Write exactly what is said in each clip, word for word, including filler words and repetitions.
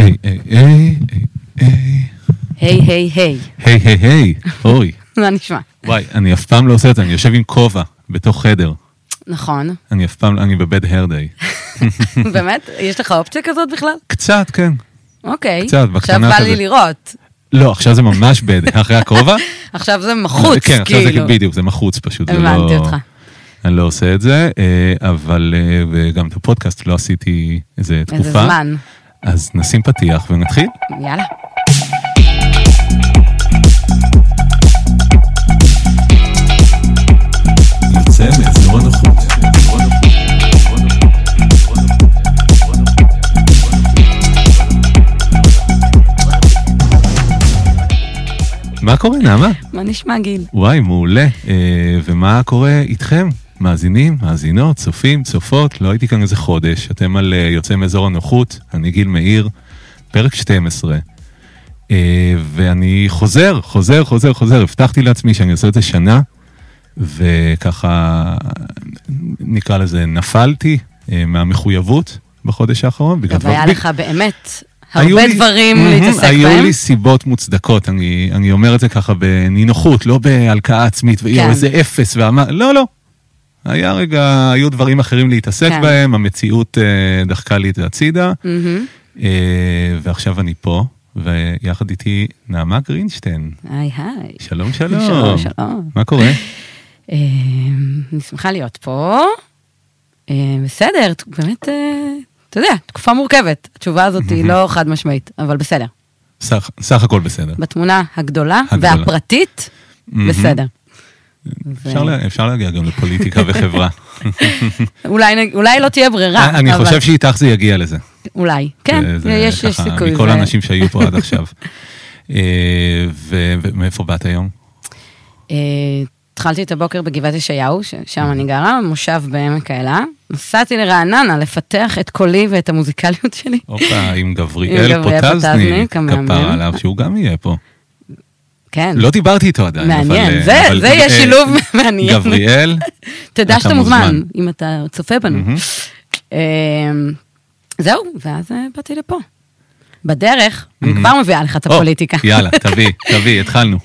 היי, היי, היי, היי. היי, היי, היי. היי, היי, היי. אוי. מה נשמע? וואי, אני אף פעם לא עושה את זה, אני יושב עם כובע בתוך חדר. נכון. אני אף פעם, אני בבד הרדיי. באמת? יש לך אופציה כזאת בכלל? קצת, כן. אוקיי. קצת, בקטנה כזה. עכשיו בא לי לראות. לא, עכשיו זה ממש בד, אחרי הכובע. עכשיו זה מחוץ, כן, עכשיו זה כאילו. בדיוק, זה מחוץ פשוט. הבנתי אותך. אני לא עושה את זה, אבל וגם את הפודקאסט לא עשיתי איזה תקופה. איזה זמן. אז נשים פתיח ונתחיל. יאללה. יוצא מאזור הנוחות. מה קורה, נעמה? מה נשמע, גיל? וואי, מעולה. ומה קורה איתכם? מאזינים, מאזינות, צופים, צופות, לא הייתי כאן איזה חודש, אתם על יוצא מאזור הנוחות, אני גיל מאיר, פרק שתים עשרה, ואני חוזר, חוזר, חוזר, חוזר, הבטחתי לעצמי שאני עושה את זה שנה, וככה, נקרא לזה, נפלתי מהמחויבות בחודש האחרון. אבל היה לך באמת הרבה דברים להתעסק בהם. היו לי סיבות מוצדקות, אני אומר את זה ככה בנינוחות, לא בהלקאה עצמית, ויהיה איזה אפס, לא, לא. היה רגע, היו דברים אחרים להתעסק כן. בהם, המציאות אה, דחקה לי את הצידה, mm-hmm. אה, ועכשיו אני פה, ויחד איתי נעמה גרינשטיין. היי היי. שלום שלום. שלום שלום. מה קורה? אה, נשמחה להיות פה. אה, בסדר, באמת, אה, אתה יודע, תקופה מורכבת. התשובה הזאת mm-hmm. היא לא חד משמעית, אבל בסדר. סך, סך הכל בסדר. בתמונה הגדולה, הגדולה. והפרטית, mm-hmm. בסדר. אפשר, לה, אפשר להגיע גם לפוליטיקה וחברה. אולי, אולי לא תהיה ברירה. אני אבל... חושב שאיתך זה יגיע לזה. אולי, כן, זה, יש, ככה, יש סיכוי. מכל האנשים שהיו פה עד עכשיו. ומאיפה באת היום? התחלתי את הבוקר בגבעת ישעיהו, שם אני גרה, מושב בעמק האלה. נסעתי לרעננה לפתח את קולי ואת המוזיקליות שלי. אופה, עם גבריאל פוטזני, כפר עליו, שהוא גם יהיה פה. כן. לא דיברתי איתו עדיין. מעניין, זה, זה יהיה שילוב מעניין. גבריאל, תדע שאתה מוזמן, אם אתה צופה בנו. זהו, ואז באתי לפה. בדרך, אני כבר מביאה לך את הפוליטיקה. יאללה, תביא, תביא, התחלנו.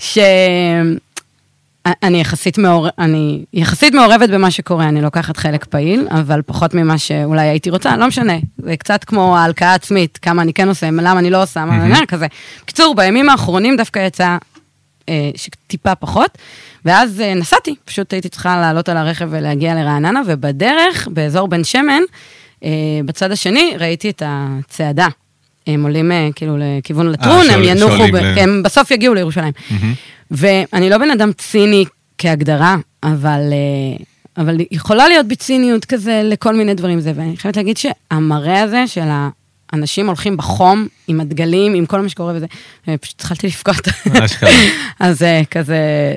שאני יחסית אני יחסית מעורבת במה שקורה, אני לוקחת חלק פעיל, אבל פחות ממה שאולי הייתי רוצה, לא משנה. זה קצת כמו ההלקאה עצמית, כמה אני כן עושה, למה אני לא עושה, מה כזה. בקיצור, בימים האחרונים דווקא יצא שטיפה פחות, ואז נסעתי, פשוט הייתי צריכה לעלות על הרכב ולהגיע לרעננה, ובדרך, באזור בן שמן, בצד השני, ראיתי את הצעדה. הם עולים כאילו לכיוון לטרון, הם ינוחו, הם בסוף יגיעו לירושלים. ואני לא בן אדם ציני כהגדרה, אבל אבל יכולה להיות בציניות כזה לכל מיני דברים זה, ואני חייבת להגיד שהמראה הזה של ה... אנשים הולכים בחום, עם הדגלים, עם כל מה שקורה וזה, פשוט התחלתי לפקוט. אז זה כזה,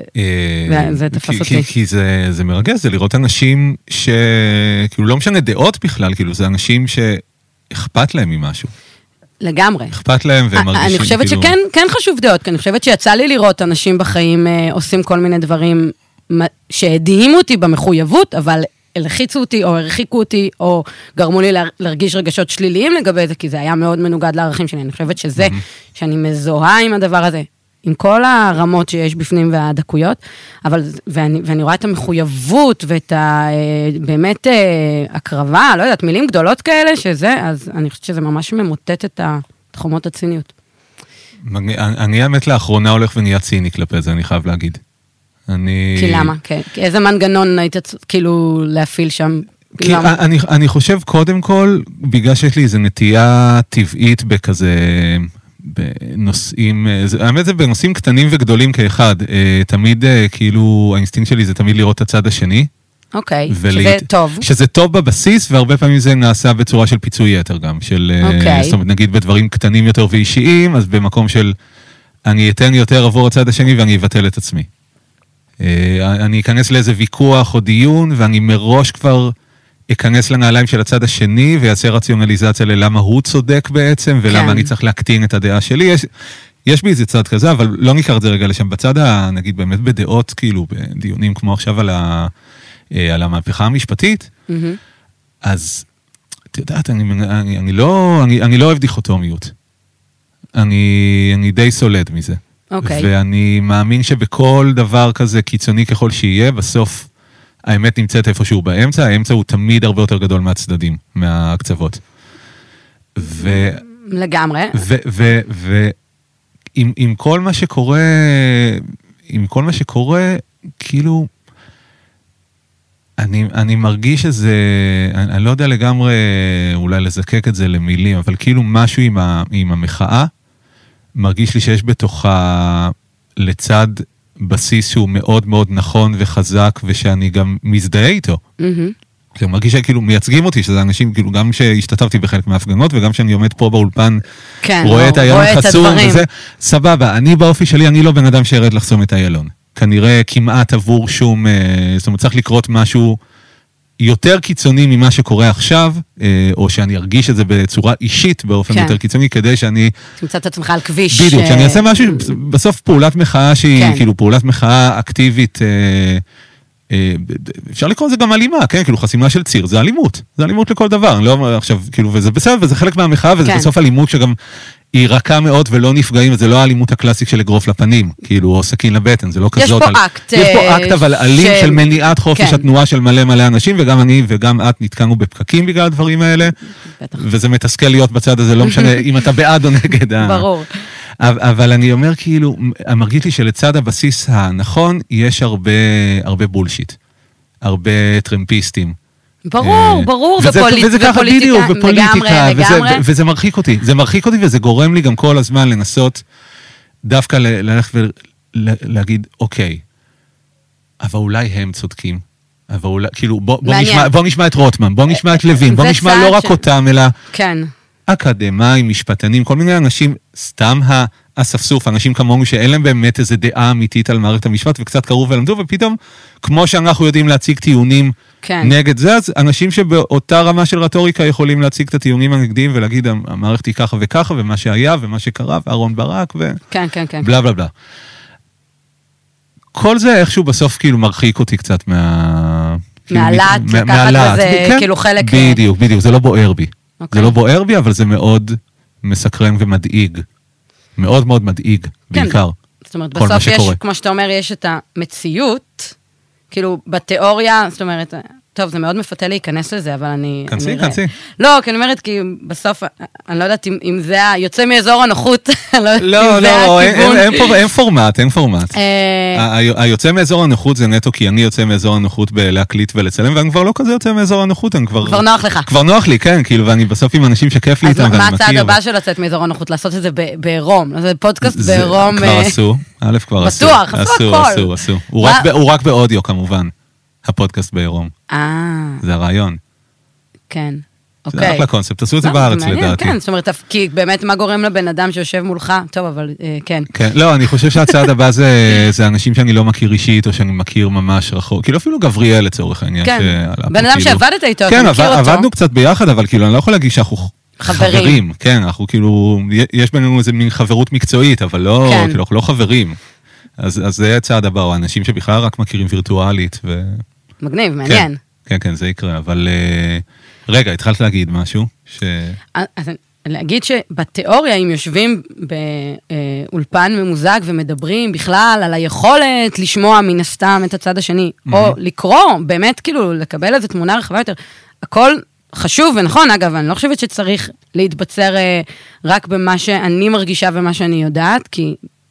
זה תפס אותי. כי זה מרגש, זה לראות אנשים שכאילו לא משנה דעות בכלל, כאילו זה אנשים שאכפת להם ממשהו. לגמרי. אכפת להם והם מרגישים. אני חושבת שכן, כן חשוב דעות, כי אני חושבת שיצא לי לראות אנשים בחיים עושים כל מיני דברים שהדהימו אותי במחויבות, אבל הלחיצו אותי, או הרחיקו אותי, או גרמו לי להרגיש רגשות שליליים לגבי זה, כי זה היה מאוד מנוגד לערכים שלי. אני חושבת שזה, שאני מזוהה עם הדבר הזה, עם כל הרמות שיש בפנים והדקויות, אבל, ואני, ואני רואה את המחויבות, ואת ה, באמת הקרבה, לא יודעת, מילים גדולות כאלה, שזה, אז אני חושבת שזה ממש ממוטט את התחומות הציניות. אני האמת לאחרונה הולך ונהיה ציני כלפי זה, אני חייב להגיד. אני... כי למה? כן. איזה מנגנון היית כאילו להפעיל שם? כי אני, אני חושב קודם כל, בגלל שיש לי איזו נטייה טבעית בכזה, בנושאים, האמת זה בנושאים קטנים וגדולים כאחד, תמיד כאילו, האינסטינקט שלי זה תמיד לראות את הצד השני. אוקיי, שזה טוב. שזה טוב בבסיס, והרבה פעמים זה נעשה בצורה של פיצוי יתר גם, של, זאת אומרת, נגיד בדברים קטנים יותר ואישיים, אז במקום של, אני אתן יותר עבור הצד השני ואני אבטל את עצמי. אני אכנס לאיזה ויכוח או דיון, ואני מראש כבר אכנס לנעליים של הצד השני, ויעשה רציונליזציה ללמה הוא צודק בעצם, ולמה אני צריך להקטין את הדעה שלי. יש, יש בי איזה צד כזה, אבל לא ניקח את זה רגע לשם. בצד, נגיד, באמת בדעות, כאילו, בדיונים כמו עכשיו על, ה, על המהפכה המשפטית, אז, את יודעת, אני, אני, אני, לא, אני, אני לא אוהב דיכוטומיות. אני, אני די סולד מזה. אוקיי. ואני מאמין שבכל דבר כזה קיצוני ככל שיהיה, בסוף האמת נמצאת איפשהו באמצע, האמצע הוא תמיד הרבה יותר גדול מהצדדים, מהקצוות. ו... לגמרי. ו... ו... ו... עם, עם כל מה שקורה, עם כל מה שקורה, כאילו, אני, אני מרגיש שזה, אני, אני לא יודע לגמרי אולי לזקק את זה למילים, אבל כאילו משהו עם, ה, עם המחאה, מרגיש לי שיש בתוכה לצד בסיס שהוא מאוד מאוד נכון וחזק, ושאני גם מזדהה איתו. Mm-hmm. אני מרגיש שכאילו מייצגים אותי, שזה אנשים, כאילו גם שהשתתפתי בחלק מההפגנות, וגם שאני עומד פה באולפן, כן, רואה את איילון חסום, הדברים. וזה, סבבה, אני באופי שלי, אני לא בן אדם שירד לחסום את איילון. כנראה כמעט עבור שום, זאת אומרת, צריך לקרות משהו יותר קיצוני ממה שקורה עכשיו, או שאני ארגיש את זה בצורה אישית באופן כן. יותר קיצוני, כדי שאני... תמצא את עצמך על כביש. בדיוק, ש... שאני אעשה משהו, בסוף פעולת מחאה שהיא, כן. כאילו פעולת מחאה אקטיבית, אפשר לקרוא לזה גם אלימה, כן? כאילו חסימה של ציר, זה אלימות, זה אלימות לכל דבר, אני לא אומר עכשיו, כאילו, וזה בסדר, וזה חלק מהמחאה, וזה כן. בסוף אלימות שגם היא רכה מאוד ולא נפגעים, וזה לא האלימות הקלאסית של אגרוף לפנים, כאילו, או סכין לבטן, זה לא כזאת. יש פה על... אקט. יש פה אקט, אבל אלים של... של מניעת חופש כן. התנועה של מלא מלא אנשים, וגם אני וגם את נתקענו בפקקים בגלל הדברים האלה, בטח. וזה מתסכל להיות בצד הזה, לא משנה אם אתה בעד או נגד. ברור. אבל אני אומר כאילו, מרגיש לי שלצד הבסיס הנכון, יש הרבה, הרבה בולשיט, הרבה טרמפיסטים. ברור, ברור, וזה ככה בדיוק, ופוליטיקה, וזה מרחיק אותי, זה מרחיק אותי וזה גורם לי גם כל הזמן לנסות דווקא ללכת ולהגיד, אוקיי, אבל אולי הם צודקים, אבל אולי, כאילו, בוא נשמע את רוטמן, בוא נשמע את לוין, בוא נשמע לא רק אותם, אלא... כן. אקדמיים, משפטנים, כל מיני אנשים, סתם האספסוף, אנשים כמונו שאין להם באמת איזו דעה אמיתית על מערכת המשפט, וקצת קראו ולמדו, ופתאום, כמו שאנחנו יודעים להציג טיעונים כן. נגד זה, אז אנשים שבאותה רמה של רטוריקה יכולים להציג את הטיעונים הנגדיים, ולהגיד, המערכת היא ככה וככה, ומה שהיה, ומה שקרה, ואהרון ברק, ו... כן, כן, כן. בלה בלה בלה. כל זה איכשהו בסוף כאילו מרחיק אותי קצת מה... מהלט, לקחת לזה כאילו חלק... בדיוק, בדיוק, זה לא בוער בי. Okay. זה לא בוער בי, אבל זה מאוד מסקרן ומדאיג. מאוד מאוד מדאיג, כן. בעיקר. זאת אומרת, בסוף יש, כמו שאתה אומר, יש את המציאות, כאילו, בתיאוריה, זאת אומרת, טוב, זה מאוד מפתה להיכנס לזה, אבל אני... כנסי, כנסי. לא, כי אני אומרת, כי בסוף, אני לא יודעת אם, אם זה יוצא מאזור הנוחות, לא, לא, לא, אין, אין, אין, אין פורמט, אין פורמט. היוצא מאזור הנוחות זה נטו, כי אני יוצא מאזור הנוחות בלהקליט ולצלם, ואני כבר לא כזה יוצא מאזור הנוחות, אני כבר... כבר נוח לך. כבר נוח לי, כן, כאילו, ואני בסוף עם אנשים שכיף לי איתם, ואני מכיר. אז מה הצעד הבא של לצאת מאזור הנוחות? לעשות את זה בעירום, זה פודקאסט בעירום... כבר עשו, א' כבר עשו. בטוח, עשו הכל. עשו, עשו. הוא רק באודיו, כמובן. הפודקאסט בעירום. אה. זה הרעיון. כן. זה אחלה אוקיי. קונספט, תעשו את זה בארץ לדעתי. כן, זאת אומרת, כי באמת מה גורם לבן אדם שיושב מולך? טוב, אבל כן. כן, לא, אני חושב שהצעד הבא זה אנשים שאני לא מכיר אישית, או שאני מכיר ממש רחוק, כאילו אפילו גבריאל לצורך העניין. כן, בן אדם שעבדת איתו, אתה מכיר אותו. כן, עבדנו קצת ביחד, אבל כאילו אני לא יכול להגיד שאנחנו חברים. כן, אנחנו כאילו, יש בינינו איזה מין חברות מקצועית, אבל לא, כאילו, אנחנו לא חברים. אז זה יהיה הצעד הבא, או אנשים שבכלל רק מכירים וירטואלית ו... מגניב, מעניין. כן, כן, זה יקרה, אבל רגע, התחלת להגיד משהו? אז להגיד שבתיאוריה, אם יושבים באולפן ממוזג ומדברים בכלל על היכולת לשמוע מן הסתם את הצד השני, או לקרוא, באמת כאילו לקבל איזו תמונה רחבה יותר, הכל חשוב ונכון, אגב, אני לא חושבת שצריך להתבצר רק במה שאני מרגישה ומה שאני יודעת, כי...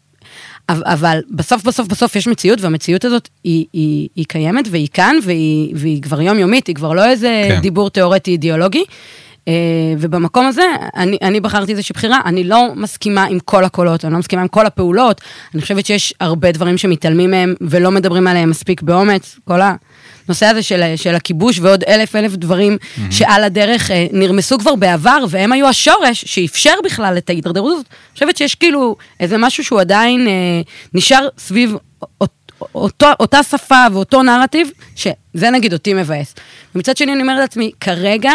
אבל בסוף, בסוף, בסוף יש מציאות, והמציאות הזאת היא, היא, היא קיימת, והיא כאן, והיא, והיא כבר יומיומית, היא כבר לא איזה כן. דיבור תיאורטי אידיאולוגי, ובמקום הזה, אני, אני בחרתי איזושהי בחירה, אני לא מסכימה עם כל הקולות, אני לא מסכימה עם כל הפעולות, אני חושבת שיש הרבה דברים שמתעלמים מהם, ולא מדברים עליהם מספיק באומץ, כל הנושא הזה של, של הכיבוש, ועוד אלף אלף דברים mm-hmm. שעל הדרך נרמסו כבר בעבר, והם היו השורש שאפשר בכלל את ההתדרדרות הזאת. אני חושבת שיש כאילו איזה משהו שהוא עדיין נשאר סביב אותו, אותה שפה ואותו נרטיב, שזה נגיד אותי מבאס. ומצד שני אני אומרת לעצמי, כרגע,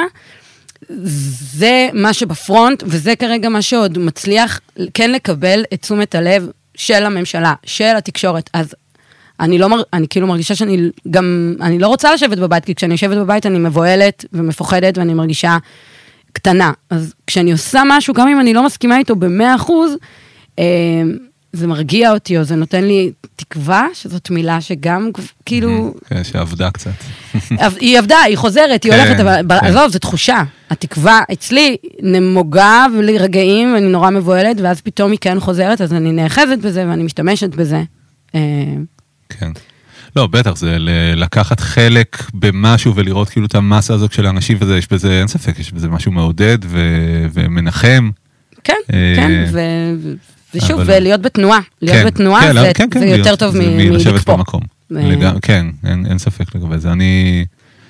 זה מה שבפרונט, וזה כרגע מה שעוד מצליח כן לקבל את תשומת הלב של הממשלה, של התקשורת. אז אני לא מר, אני כאילו מרגישה שאני גם, אני לא רוצה לשבת בבית, כי כשאני יושבת בבית אני מבועלת ומפוחדת, ואני מרגישה קטנה. אז כשאני עושה משהו, גם אם אני לא מסכימה איתו במאה אחוז, זה מרגיע אותי, או זה נותן לי תקווה, שזאת מילה שגם כאילו... כן, שעבדה קצת. היא עבדה, היא חוזרת, היא הולכת, אבל עזוב, זו תחושה. התקווה אצלי נמוגה ולרגעים, ואני נורא מבועלת, ואז פתאום היא כן חוזרת, אז אני נאחזת בזה, ואני משתמשת בזה. כן. לא, בטח, זה לקחת חלק במשהו, ולראות כאילו את המסה הזו של האנשים, וזה, יש בזה, אין ספק, יש בזה משהו מעודד ומנחם. כן, כן, ו... ושוב, ולהיות בתנועה. להיות בתנועה זה יותר טוב מלקפוא. כן, אין ספק לגבי זה. אני...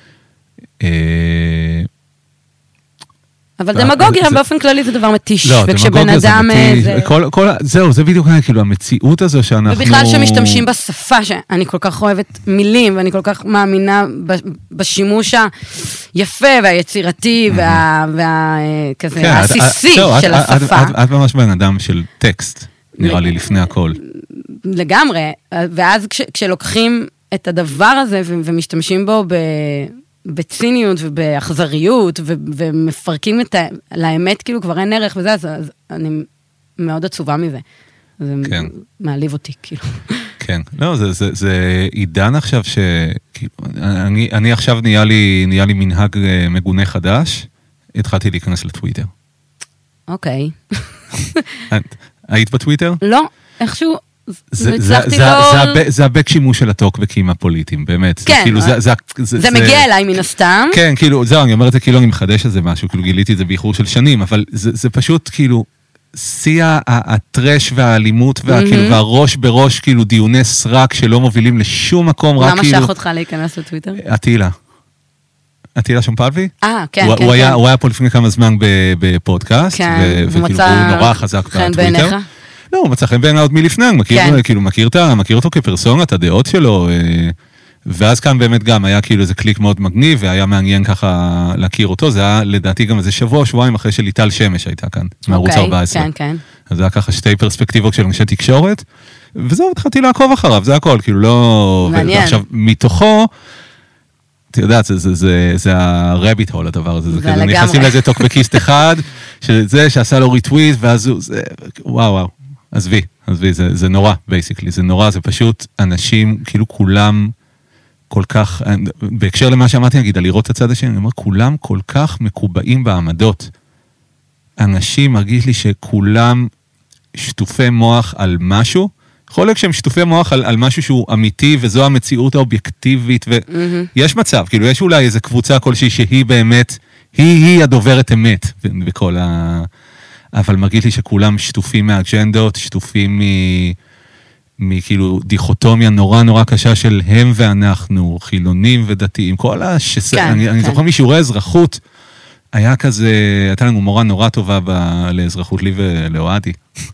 אבל דמגוגיה באופן כללי זה דבר מתיש. לא, דמגוגיה זה מתיש. זהו, זה בדיוק כאילו המציאות הזו שאנחנו... ובכלל שמשתמשים בשפה, שאני כל כך אוהבת מילים, ואני כל כך מאמינה בשימוש היפה והיצירתי, והכזה, העסיסי של השפה. את ממש בן אדם של טקסט, נראה לי, לפני הכל. לגמרי, ואז כשלוקחים את הדבר הזה ומשתמשים בו ב... בציניות ובאכזריות, ומפרקים את האמת, כאילו כבר אין ערך וזה, אז אני מאוד עצובה מזה. זה מעליב אותי, כאילו. כן, לא, זה עידן עכשיו ש... אני עכשיו נהיה לי מנהג מגונה חדש, התחלתי להיכנס לטוויטר. אוקיי. היית בטוויטר? לא, איכשהו... זה הבק שימוש של הטוקבקים הפוליטיים, באמת. כן, זה מגיע אליי מן הסתם. כן, כאילו, זהו, אני אומר את זה כאילו אני מחדש על זה משהו, כאילו גיליתי את זה באיחור של שנים, אבל זה פשוט כאילו, שיא הטרש והאלימות, והראש בראש, כאילו דיוני סרק שלא מובילים לשום מקום, רק כאילו... מה משך אותך להיכנס לטוויטר? עטילה. עטילה שומפלבי? אה, כן, כן. הוא היה פה לפני כמה זמן בפודקאסט, וכאילו הוא נורא חזק בטוויטר. לא, הוא מצא חן בעיניי עוד מלפני, כאילו מכיר אותו כפרסונה, את הדעות שלו, ואז כאן באמת גם היה כאילו איזה קליק מאוד מגניב, והיה מעניין ככה להכיר אותו, זה היה לדעתי גם איזה שבוע, שבועיים אחרי שליטל שמש הייתה כאן, מערוץ ארבע עשרה. כן, כן. אז זה היה ככה שתי פרספקטיבות של אנשי תקשורת, וזהו, התחלתי לעקוב אחריו, זה הכל, כאילו לא... מעניין. ועכשיו, מתוכו, אתה יודעת, זה הרביט הול הדבר הזה, זה כזה, נכנסים לאיזה טוקבקיסט אחד, שזה שעשה לו ריטוויט, ואז הוא, וואו, וואו. עזבי, עזבי, זה, זה נורא, בייסיקלי, זה נורא, זה פשוט אנשים, כאילו כולם כל כך, בהקשר למה שאמרתי, נגיד, על לראות את הצד השני, אני אומר, כולם כל כך מקובעים בעמדות. אנשים, מרגיש לי שכולם שטופי מוח על משהו, יכול להיות שהם שטופי מוח על, על משהו שהוא אמיתי, וזו המציאות האובייקטיבית, ויש מצב, כאילו, יש אולי איזו קבוצה כלשהי שהיא באמת, היא, היא הדוברת אמת, בכל ה... אבל מרגיש לי שכולם שטופים מהאג'נדות, שטופים מכאילו דיכוטומיה נורא נורא קשה של הם ואנחנו, חילונים ודתיים, כל השס... כן, אני, כן. אני זוכר משיעורי אזרחות, היה כזה, הייתה לנו מורה נורא טובה ב... לאזרחות לי ולאוהדי,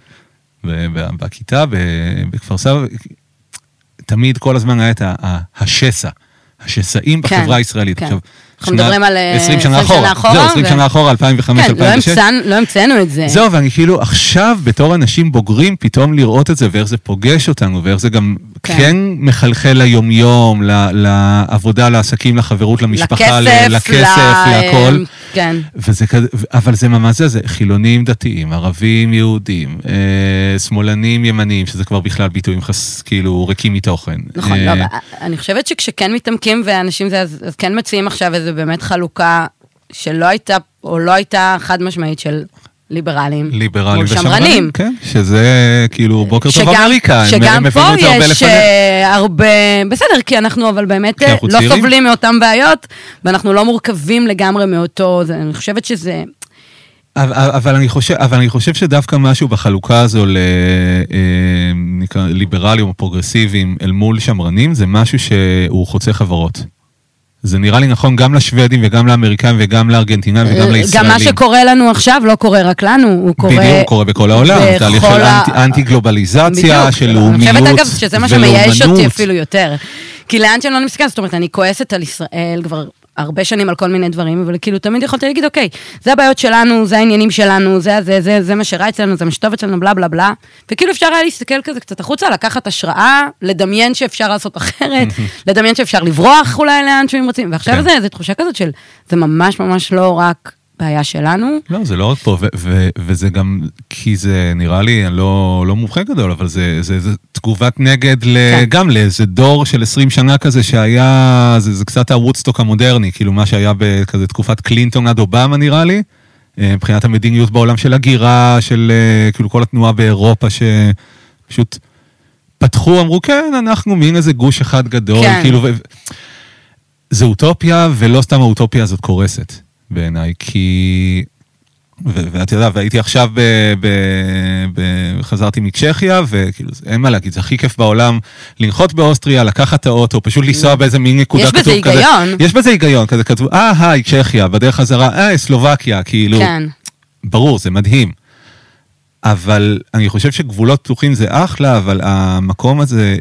בכיתה, בכפר סבא, תמיד כל הזמן היה את השסע, השסעים כן, בחברה הישראלית. כן. עכשיו, אנחנו מדברים על עשרים שנה אחורה. זהו, עשרים שנה אחורה, אלפיים וחמש, אלפיים ושש. כן, לא המצאנו את זה. זהו, ואני כאילו עכשיו, בתור אנשים בוגרים, פתאום לראות את זה, ואיך זה פוגש אותנו, ואיך זה גם כן מחלחל ליום-יום, לעבודה, לעסקים, לחברות, למשפחה, לכסף, להכל. כן. אבל זה ממש זה, זה חילונים דתיים, ערבים יהודים, שמאלנים ימניים, שזה כבר בכלל ביטויים כאילו ריקים מתוכן. נכון, אני חושבת שכשכן מתעמקים ואנשים זה, אז כן מציעים עכשיו איזו באמת חלוקה שלא הייתה, או לא הייתה חד משמעית של ליברלים. ליברלים ושמרנים. כן, שזה כאילו בוקר טוב אמריקה. שגם פה יש הרבה, בסדר, כי אנחנו אבל באמת לא סובלים מאותם בעיות, ואנחנו לא מורכבים לגמרי מאותו, אני חושבת שזה... אבל אני חושב, אבל אני חושב שדווקא משהו בחלוקה הזו לליברלים או פרוגרסיביים אל מול שמרנים, זה משהו שהוא חוצה חברות. זה נראה לי נכון גם לשוודים וגם לאמריקאים וגם לארגנטינאים וגם לישראלים. גם מה שקורה לנו עכשיו לא קורה רק לנו, הוא קורה... בדיוק, הוא קורה בכל העולם. תהליך של אנטי-גלובליזציה, של לאומיות ולאומנות. אני חושבת אגב שזה מה שמייאש אותי אפילו יותר. כי לאן שאני לא נמסכה, זאת אומרת, אני כועסת על ישראל כבר הרבה שנים על כל מיני דברים, אבל כאילו תמיד יכולתי להגיד, אוקיי, זה הבעיות שלנו, זה העניינים שלנו, זה, זה, זה, זה מה שרע אצלנו, זה מה שטוב אצלנו, בלה, בלה, בלה. וכאילו אפשר היה להסתכל כזה קצת החוצה, לקחת השראה, לדמיין שאפשר לעשות אחרת, לדמיין שאפשר לברוח אולי לאן שהם רוצים, ועכשיו זה, זה תחושה כזאת של, זה ממש ממש לא רק בעיה שלנו. לא, זה לא רק פה, ו- ו- וזה גם, כי זה נראה לי, אני לא, לא מומחה גדול, אבל זה, זה, זה תגובת נגד כן. גם לאיזה דור של עשרים שנה כזה שהיה, זה, זה קצת הוודסטוק המודרני, כאילו מה שהיה בכזה תקופת קלינטון עד אובמה נראה לי, מבחינת המדיניות בעולם של הגירה, של כאילו כל התנועה באירופה שפשוט פתחו, אמרו כן, אנחנו מין איזה גוש אחד גדול, כן. כאילו, ו- זה אוטופיה, ולא סתם האוטופיה הזאת קורסת. בעיניי, כי, ואת יודעת, והייתי עכשיו, ב, ב, ב, חזרתי מקשחיה, וכאילו, אין מה להגיד, זה הכי כיף בעולם, לנחות באוסטריה, לקחת את האוטו, פשוט לנסוע באיזה מין נקודה כתוב כזה. יש בזה היגיון. יש בזה היגיון, כזה כתוב, אה, היי, צ'כיה, בדרך חזרה, אה, סלובקיה, כאילו, כן. ברור, זה מדהים. אבל אני חושב שגבולות פתוחים זה אחלה, אבל המקום הזה,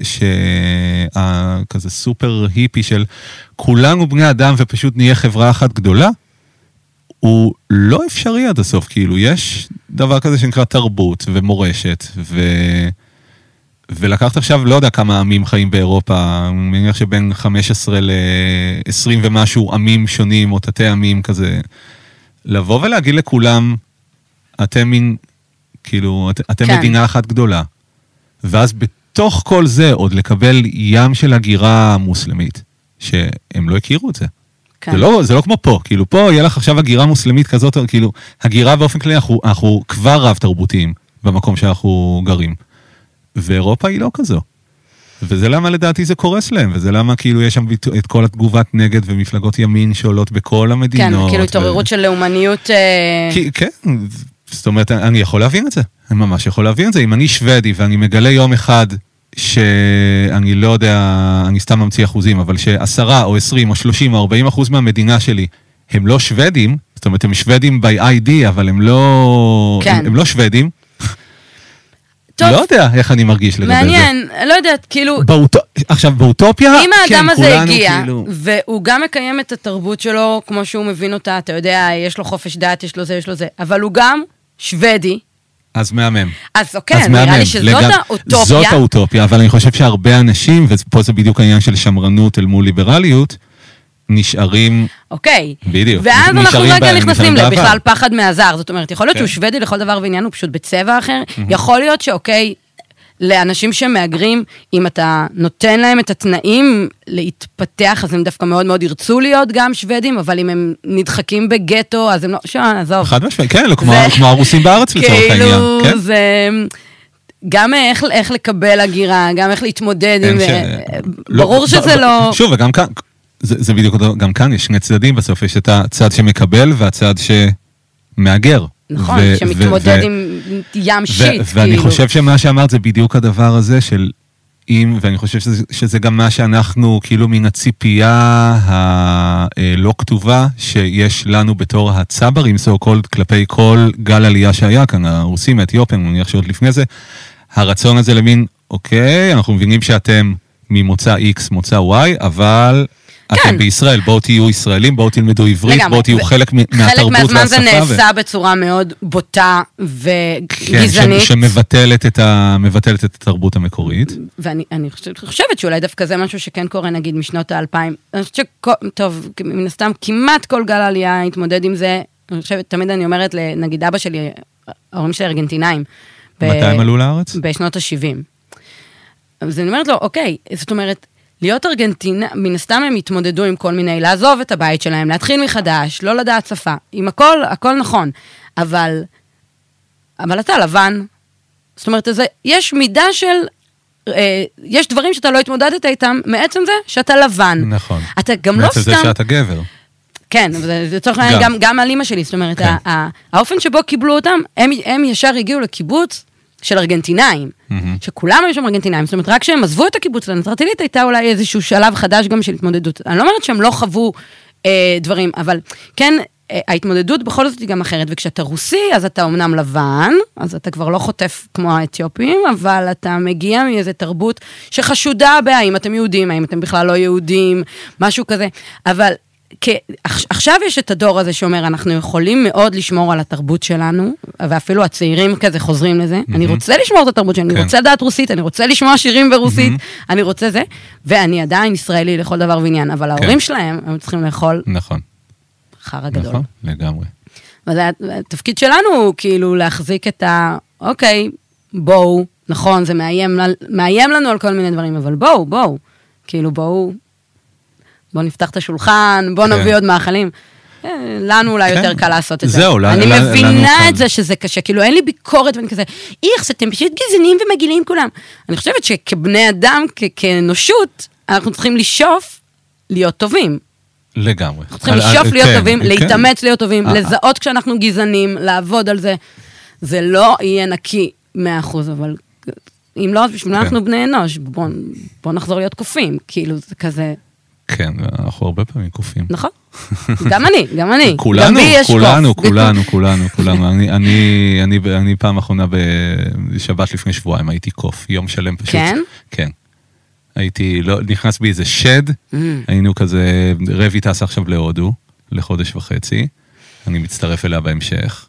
שכזה סופר היפי של כולנו בני אדם ופשוט נהיה חברה אחת גדולה, הוא לא אפשרי עד הסוף, כאילו, יש דבר כזה שנקרא תרבות ומורשת, ו... ולקחת עכשיו, לא יודע כמה עמים חיים באירופה, אני מניח שבין חמש עשרה ל-עשרים ומשהו עמים שונים, או תתי עמים כזה, לבוא ולהגיד לכולם, אתם מין, כאילו, את, אתם כן. מדינה אחת גדולה, ואז בתוך כל זה עוד לקבל ים של הגירה מוסלמית, שהם לא הכירו את זה. כן. זה לא, זה לא כמו פה, כאילו פה יהיה לך עכשיו הגירה מוסלמית כזאת, כאילו הגירה באופן כללי, אנחנו, אנחנו כבר רב תרבותיים במקום שאנחנו גרים. ואירופה היא לא כזו. וזה למה לדעתי זה קורס להם, וזה למה כאילו יש שם את כל התגובת נגד ומפלגות ימין שעולות בכל המדינות. כן, כאילו התעוררות ו... של לאומניות. כי, כן, זאת אומרת, אני יכול להבין את זה, אני ממש יכול להבין את זה. אם אני שוודי ואני מגלה יום אחד שאני לא יודע, אני סתם ממציא אחוזים, אבל שעשרה או עשרים או שלושים או ארבעים אחוז מהמדינה שלי הם לא שוודים, זאת אומרת, הם שוודים by איי די, אבל הם לא, כן. הם, הם לא שוודים. טוב. לא יודע איך אני מרגיש לגבי מעניין, זה. מעניין, לא יודעת, כאילו... באוטו... עכשיו, באוטופיה, אם האדם כן, הזה הגיע, כאילו... והוא גם מקיים את התרבות שלו, כמו שהוא מבין אותה, אתה יודע, יש לו חופש דת, יש לו זה, יש לו זה, אבל הוא גם שוודי, אז מהמם. אז אוקיי, נראה לי שזאת האוטופיה. זאת האוטופיה, אבל אני חושב שהרבה אנשים, ופה זה בדיוק העניין של שמרנות אל מול ליברליות, נשארים... אוקיי. בדיוק. ואז אנחנו רגע נכנסים לבכלל פחד מהזר. זאת אומרת, יכול להיות שהוא שוודי לכל דבר ועניין, הוא פשוט בצבע אחר. יכול להיות שאוקיי, לאנשים שמאגרים, אם אתה נותן להם את התנאים להתפתח, אז הם דווקא מאוד מאוד ירצו להיות גם שוודים, אבל אם הם נדחקים בגטו, אז הם לא... שעה, עזוב. חד משמעית, כן, כמו הרוסים בארץ לצורך העניין. כאילו, זה... גם איך, איך לקבל הגירה, גם איך להתמודד עם... ברור שזה לא... שוב, וגם כאן... זה, זה בדיוק, גם כאן יש שני צדדים, בסוף יש את הצד שמקבל והצד שמאגר. נכון, ו- שמתמודד ו- עם ים שיט. ו- כאילו. ואני חושב שמה שאמרת זה בדיוק הדבר הזה של אם, ואני חושב שזה, שזה גם מה שאנחנו, כאילו מן הציפייה הלא כתובה, שיש לנו בתור הצברים, so called, כלפי כל גל עלייה שהיה כאן, הרוסים, האתיופים, אני מניח שעוד לפני זה, הרצון הזה למין, אוקיי, אנחנו מבינים שאתם ממוצא X, מוצא Y, אבל... אתם בישראל, בואו תהיו ישראלים, בואו תלמדו עברית, בואו תהיו חלק מהתרבות והשפה. חלק מהזמן זה נעשה בצורה מאוד בוטה וגזענית. כן, שמבטלת את התרבות המקורית. ואני חושבת שאולי דווקא זה משהו שכן קורה, נגיד, משנות האלפיים. אני חושבת שטוב, מן הסתם, כמעט כל גל העלייה התמודד עם זה. אני חושבת, תמיד אני אומרת, נגיד אבא שלי, ההורים שלי ארגנטינאים. מתי הם עלו לארץ? בשנות ה-שבעים. אז אני אומרת לו, אוקיי, זאת אומרת, להיות ארגנטינה, מן הסתם הם התמודדו עם כל מיני, לעזוב את הבית שלהם, להתחיל מחדש, לא לדעת שפה, עם הכל, הכל נכון, אבל, אבל אתה לבן, זאת אומרת, זה, יש מידה של, אה, יש דברים שאתה לא התמודדת איתם, מעצם זה שאתה לבן. נכון. אתה גם לא סתם... מעצם זה שאתה גבר. כן, זה, זה צריך גם, גם, גם על אמא שלי, זאת אומרת, כן. ה, האופן שבו קיבלו אותם, הם, הם ישר הגיעו לקיבוץ, של ארגנטינאים, mm-hmm. שכולם היו שם ארגנטינאים, זאת אומרת, רק שהם עזבו את הקיבוץ לנצרת עילית, הייתה אולי איזשהו שלב חדש גם של התמודדות. אני לא אומרת שהם לא חוו אה, דברים, אבל כן, אה, ההתמודדות בכל זאת היא גם אחרת, וכשאתה רוסי, אז אתה אומנם לבן, אז אתה כבר לא חוטף כמו האתיופים, אבל אתה מגיע מאיזו תרבות שחשודה בה, האם אתם יהודים, האם אתם בכלל לא יהודים, משהו כזה, אבל... עכשיו יש את הדור הזה שאומר, אנחנו יכולים מאוד לשמור על התרבות שלנו, ואפילו הצעירים כזה חוזרים לזה, אני רוצה לשמור את התרבות שלנו, אני רוצה לדעת רוסית, אני רוצה לשמוע שירים ברוסית, אני רוצה זה, ואני עדיין ישראלי לכל דבר ועניין, אבל ההורים שלהם, הם צריכים לאכול נכון. חרא גדול. נכון, לגמרי. והתפקיד שלנו הוא כאילו להחזיק את ה, אוקיי, בואו, נכון, זה מאיים, מאיים לנו על כל מיני דברים, אבל בואו, בואו, כאילו בואו, בואו נפתח את השולחן, בואו נביא עוד מאכלים. לנו אולי יותר קל לעשות את זה. זהו, אני מבינה את זה שזה קשה, כאילו אין לי ביקורת ואני כזה, איך, אתם פשוט גזענים ומגעילים כולם. אני חושבת שכבני אדם, כאנושות, אנחנו צריכים לשאוף להיות טובים. לגמרי. אנחנו צריכים לשאוף להיות טובים, להתאמץ להיות טובים, לזהות כשאנחנו גזענים, לעבוד על זה. זה לא יהיה נקי מאה אחוז, אבל אם לא, אז בשביל אנחנו בני אנוש, בואו נחזור להיות קופים, כאילו זה כזה... כן, אנחנו הרבה פעמים קופים. נכון. גם אני, גם אני. כולנו, כולנו, כולנו, כולנו, כולנו. אני, אני, אני פעם אחרונה בשבת לפני שבועיים, הייתי קוף, יום שלם פשוט. כן? כן. הייתי, לא, נכנס בי איזה שד, היינו כזה, רבי טס עכשיו להודו, לחודש וחצי, אני מצטרף אליה בהמשך.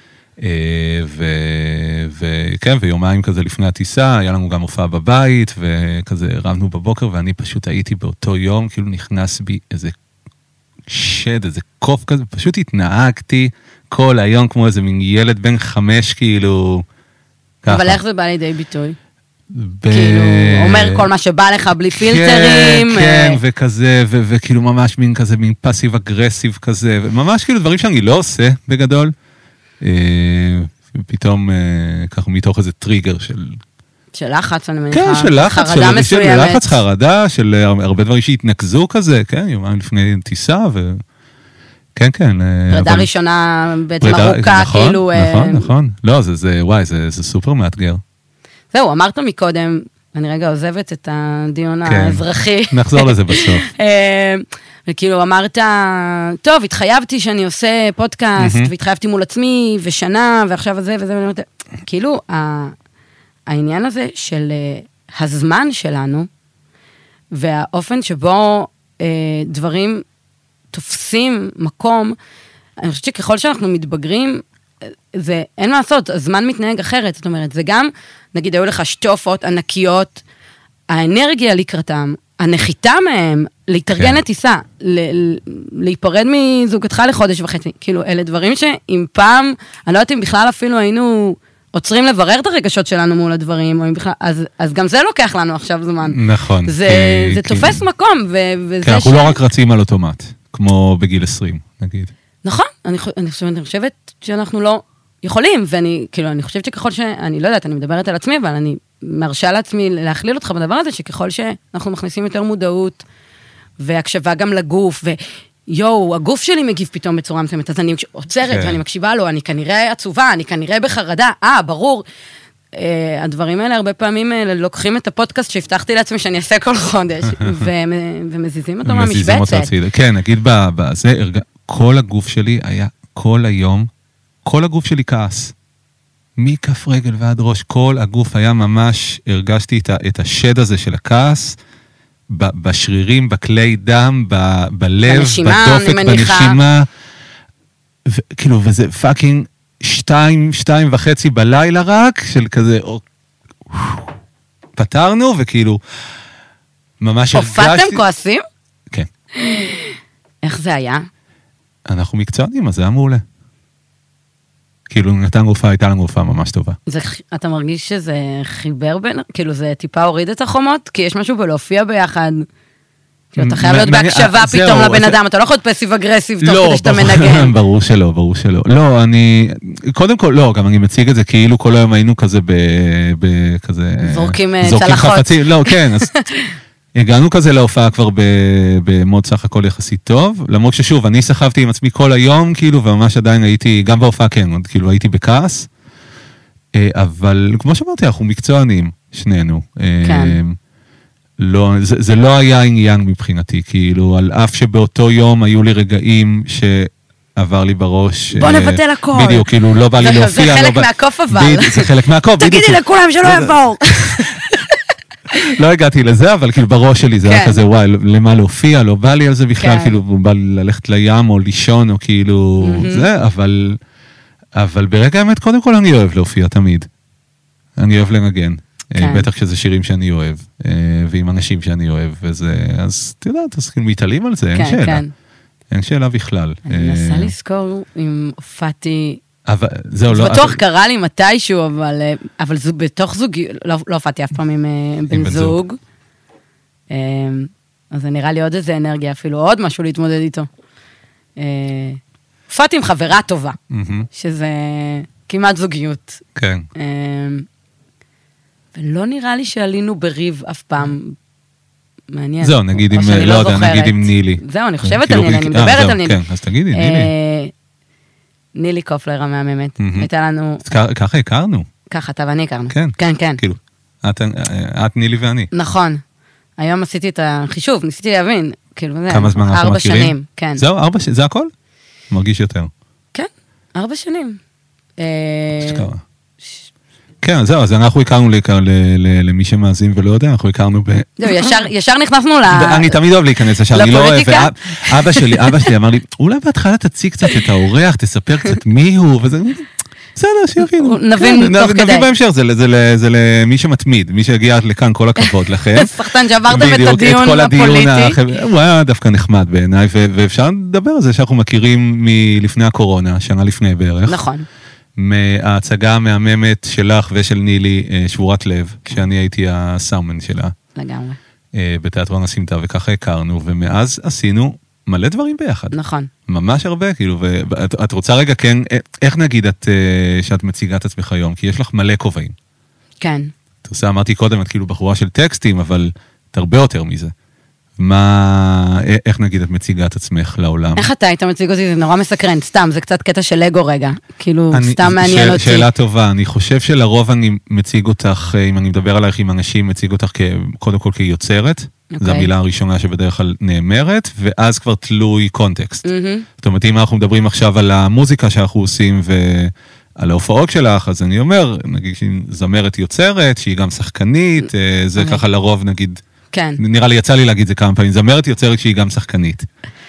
וכן, ויומיים כזה לפני הטיסה, היה לנו גם הופעה בבית, וכזה רבנו בבוקר, ואני פשוט הייתי באותו יום, כאילו נכנס בי איזה שד, איזה קוף כזה, פשוט התנהגתי כל היום כמו איזה מין ילד בן חמש, כאילו, ככה. אבל איך זה בא לידי ביטוי? כאילו, אומר כל מה שבא לך בלי פילטרים. כן, וכזה, וכאילו ממש מין כזה, מין פסיב אגרסיב כזה, וממש כאילו דברים שאני לא עושה בגדול. פתאום ככה מתוך איזה טריגר של... של לחץ, אני מניחה. כן, של לחץ. חרדה מסוימת. של לחץ, חרדה, של הרבה דברים שהתנקזו כזה, כן, יומיים לפני טיסה, ו... כן, כן. פרידה ראשונה בעצם ארוכה, כאילו... נכון, נכון. לא, זה, וואי, זה סופר מאתגר. זהו, אמרת מקודם, אני רגע עוזבת את הדיון האזרחי. נחזור לזה בסוף. וכאילו אמרת, טוב, התחייבתי שאני עושה פודקאסט, והתחייבתי מול עצמי, ושנה, ועכשיו זה וזה, כאילו, העניין הזה של הזמן שלנו, והאופן שבו דברים תופסים מקום, אני חושבת שככל שאנחנו מתבגרים, זה, אין מה לעשות, הזמן מתנהג אחרת, זאת אומרת, זה גם, נגיד, היו לך שטופות ענקיות, האנרגיה לקראתם, הנחיתה מהם, להתארגן לטיסה, להיפרד מזוגתך לחודש וחצי, כאילו, אלה דברים שאם פעם, אני לא יודעת אם בכלל אפילו היינו עוצרים לברר את הרגשות שלנו מול הדברים, אז גם זה לוקח לנו עכשיו זמן. נכון. זה תופס מקום, וזה ש... כן, אנחנו לא רק רצים על אוטומט, כמו בגיל עשרים, נגיד. נכון, אני חושבת שאנחנו לא יכולים, ואני, כאילו, אני חושבת שככל ש... אני לא יודעת, אני מדברת על עצמי, אבל אני מרשה לעצמי להכליל אותך בדבר הזה, שככל שאנחנו מכניסים יותר מודעות, והקשבה גם לגוף, ויואו, הגוף שלי מגיב פתאום בצורה מסוימת, אז אני עוצרת ואני מקשיבה לו, אני כנראה עצובה, אני כנראה בחרדה, אה, ברור. הדברים האלה הרבה פעמים לוקחים את הפודקאסט שהבטחתי לעצמי שאני אעשה כל חודש, ומזיזים אותו מהמשבצת. כן, נגיד בזה, כל הגוף שלי היה כל היום, כל הגוף שלי כעס. מכף רגל ועד ראש, כל הגוף היה ממש, הרגשתי את השד הזה של הכעס, בשרירים, בכלי דם, בלב, בדופק, בנשימה, כאילו, וזה פאקינג שתיים, שתיים וחצי בלילה רק, של כזה, פתרנו, וכאילו, ממש הרגשתי... הופעתם כועסים? כן. איך זה היה? אנחנו מקצוענים, אז זה היה מעולה. כאילו, נתן גופה, הייתה לנו גופה ממש טובה. זה, אתה מרגיש שזה חיבר בין, כאילו, זה טיפה הוריד את החומות? כי יש משהו בלהופיע ביחד. כאילו, אתה חייב להיות בהקשבה פתאום לבן אדם, אתה לא יכול להיות פסיב אגרסיב תוך כדי שאתה מנגן. ברור שלא, ברור שלא. לא, אני, קודם כל, לא, גם אני מציג את זה, כאילו כל היום היינו כזה בכזה... זורקים צלחות. לא, כן, אז... הגענו כזה להופעה כבר במוד סך הכל יחסי טוב, למרות ששוב, אני סחבתי עם עצמי כל היום, כאילו, וממש עדיין הייתי, גם בהופעה כן, עוד כאילו הייתי בכעס, אבל כמו שאמרתי, אנחנו מקצוענים, שנינו. כן. לא, זה, זה לא היה עניין מבחינתי, כאילו, על אף שבאותו יום היו לי רגעים שעבר לי בראש. בוא נבטל הכל. בדיוק, כאילו, לא בא לי להופיע. זה חלק מהקוף אבל. זה חלק מהקוף, בדיוק. תגידי לכולם שלא יבואו. לא הגעתי לזה, אבל כאילו בראש שלי זה היה כזה, וואי, למה להופיע, לא בא לי על זה בכלל, כאילו, בא לי ללכת לים או לישון, או כאילו, זה, אבל, אבל ברגע האמת, קודם כל אני אוהב להופיע תמיד. אני אוהב לנגן. בטח שזה שירים שאני אוהב, ועם אנשים שאני אוהב, וזה, אז אתה יודעת, אז כאילו מתעלים על זה, אין שאלה. אין שאלה בכלל. אני מנסה לזכור אם הופעתי... זהו, לא... בטוח קרה לי מתישהו, אבל זה בתוך זוג... לא הופעתי אף פעם עם בן זוג. אז זה נראה לי עוד איזה אנרגיה, אפילו עוד משהו להתמודד איתו. הופעתי עם חברה טובה, שזה כמעט זוגיות. כן. ולא נראה לי שעלינו בריב אף פעם. מעניין. זהו, נגיד עם, לא יודע, נגיד עם נילי. זהו, אני חושבת על נילי, אני מדברת על נילי. כן, אז תגידי, נילי. נילי קופלר המהממת. הייתה לנו... ככה הכרנו. ככה, אתה ואני הכרנו. כן. כן, כן. כאילו, את נילי ואני. נכון. היום עשיתי את החישוב, ניסיתי להבין. כאילו, זה... כמה זמן אנחנו מכירים? ארבע שנים, כן. זהו, ארבע שנים, זה הכל? מרגיש יותר. כן, ארבע שנים. כן, זהו, אז אנחנו הכרנו למי שמאזין ולא יודע, אנחנו הכרנו ב... זהו, ישר נכנסנו ל... אני תמיד אוהב להיכנס לשם, אני לא אוהב... אבא שלי, אבא שלי אמר לי, אולי בהתחלה תציג קצת את האורח, תספר קצת מי הוא, וזה... בסדר, שיבינו. נבין תוך כדי. נבין בהמשך, זה למי שמתמיד, מי שהגיע לכאן, כל הכבוד לכם. סחטן, שעברתם את הדיון הפוליטי. הוא היה דווקא נחמד בעיניי, ואפשר לדבר על זה שאנחנו מכירים מלפני הקורונה, שנה לפני בערך. נכון. מההצגה המהממת שלך ושל נילי, שבורת לב, כשאני הייתי הסאומן שלה. לגמרי. בתיאטרון הסמטה, וככה הכרנו, ומאז עשינו מלא דברים ביחד. נכון. ממש הרבה, כאילו, ואת רוצה רגע, כן, איך נגיד את, שאת מציגה את עצמך היום? כי יש לך מלא כובעים. כן. אתה עושה, אמרתי קודם, את כאילו בחורה של טקסטים, אבל את הרבה יותר מזה. מה, איך נגיד את מציגה את עצמך לעולם? איך אתה היית מציג אותי? זה נורא מסקרן, סתם, זה קצת קטע של לגו רגע. כאילו, סתם מעניין אותי. שאלה טובה, אני חושב שלרוב אני מציג אותך, אם אני מדבר עלייך עם אנשים, מציג אותך קודם כל כיוצרת. זו המילה הראשונה שבדרך כלל נאמרת, ואז כבר תלוי קונטקסט. זאת אומרת, אם אנחנו מדברים עכשיו על המוזיקה שאנחנו עושים, ועל ההופעות שלך, אז אני אומר, נגיד שהיא זמרת יוצרת, שהיא גם שחקנית, זה ככה לרוב נגיד, כן. נראה לי, יצא לי להגיד זה כמה פעמים, זמרת יוצרת שהיא גם שחקנית.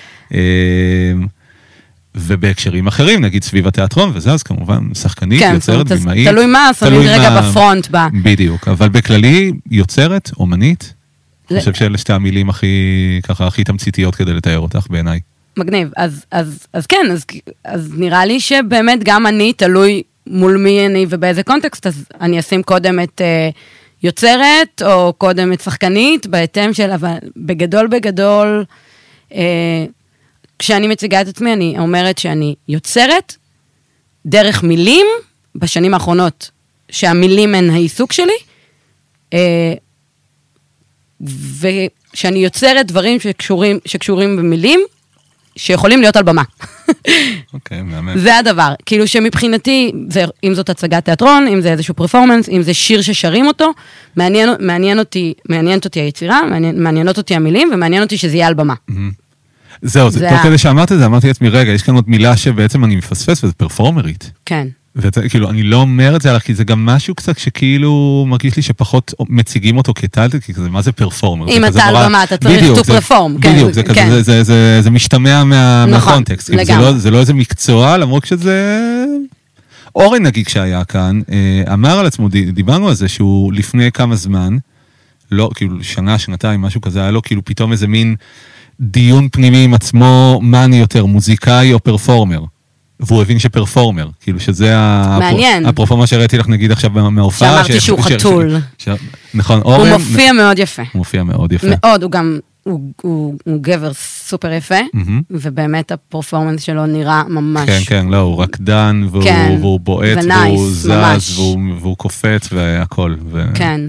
ובהקשרים אחרים, נגיד סביב התיאטרון, וזה אז כמובן שחקנית, כן, יוצרת, בימאית. תלוי מה, שמים רגע בפרונט בה. בדיוק, אבל בכללי, יוצרת, אומנית, אני חושב שאלה שתי המילים הכי, ככה, הכי תמציתיות כדי לתאר אותך בעיניי. מגניב, אז, אז, אז כן, אז, אז נראה לי שבאמת גם אני, תלוי מול מי אני ובאיזה קונטקסט, אז אני אשים קודם את uh, יוצרת, או קודם את שחקנית, בהתאם של, אבל בגדול בגדול, uh, כשאני מציגה את עצמי, אני אומרת שאני יוצרת, דרך מילים, בשנים האחרונות, שהמילים הן העיסוק שלי, uh, ושאני יוצרת דברים שקשורים, שקשורים במילים, שיכולים להיות על במה. אוקיי, מאמן. זה הדבר. כאילו שמבחינתי, זה, אם זאת הצגת תיאטרון, אם זה איזשהו פרפורמנס, אם זה שיר ששרים אותו, מעניין, מעניין אותי, מעניינת אותי היצירה, מעניין, מעניינות אותי המילים, ומעניין אותי שזה יהיה על במה. זהו, זה תוך כדי שאמרת את זה, אמרתי לעצמי, רגע, יש כאן עוד מילה שבעצם אני מפספס, וזה פרפורמרית. כן. וכאילו, אני לא אומר את זה, כי זה גם משהו קצת שכאילו מרגיש לי שפחות מציגים אותו כטלטל, כי זה, מה זה פרפורמר? אם אתה על במה, אתה צריך to perform. בדיוק, זה משתמע מהקונטקסט. זה לא איזה מקצוע, למרות שזה... אורן, נגיד, כשהיה כאן, אמר על עצמו, דיברנו על זה, שהוא לפני כמה זמן, לא, כאילו, שנה, שנתיים, משהו כזה, היה לו כאילו פתאום איזה מין דיון פנימי עם עצמו, מה אני יותר, מוזיקאי או פרפורמר? והוא הבין שפרפורמר, כאילו שזה הפרפורמה שהראיתי לך נגיד עכשיו מההופעה. שאמרתי שהוא חתול. נכון, אורן. הוא מופיע מאוד יפה. הוא מופיע מאוד יפה. מאוד, הוא גם, הוא גבר סופר יפה, ובאמת הפרפורמנס שלו נראה ממש. כן, כן, לא, הוא רקדן, והוא בועט, והוא זז, והוא קופץ, והכל. כן.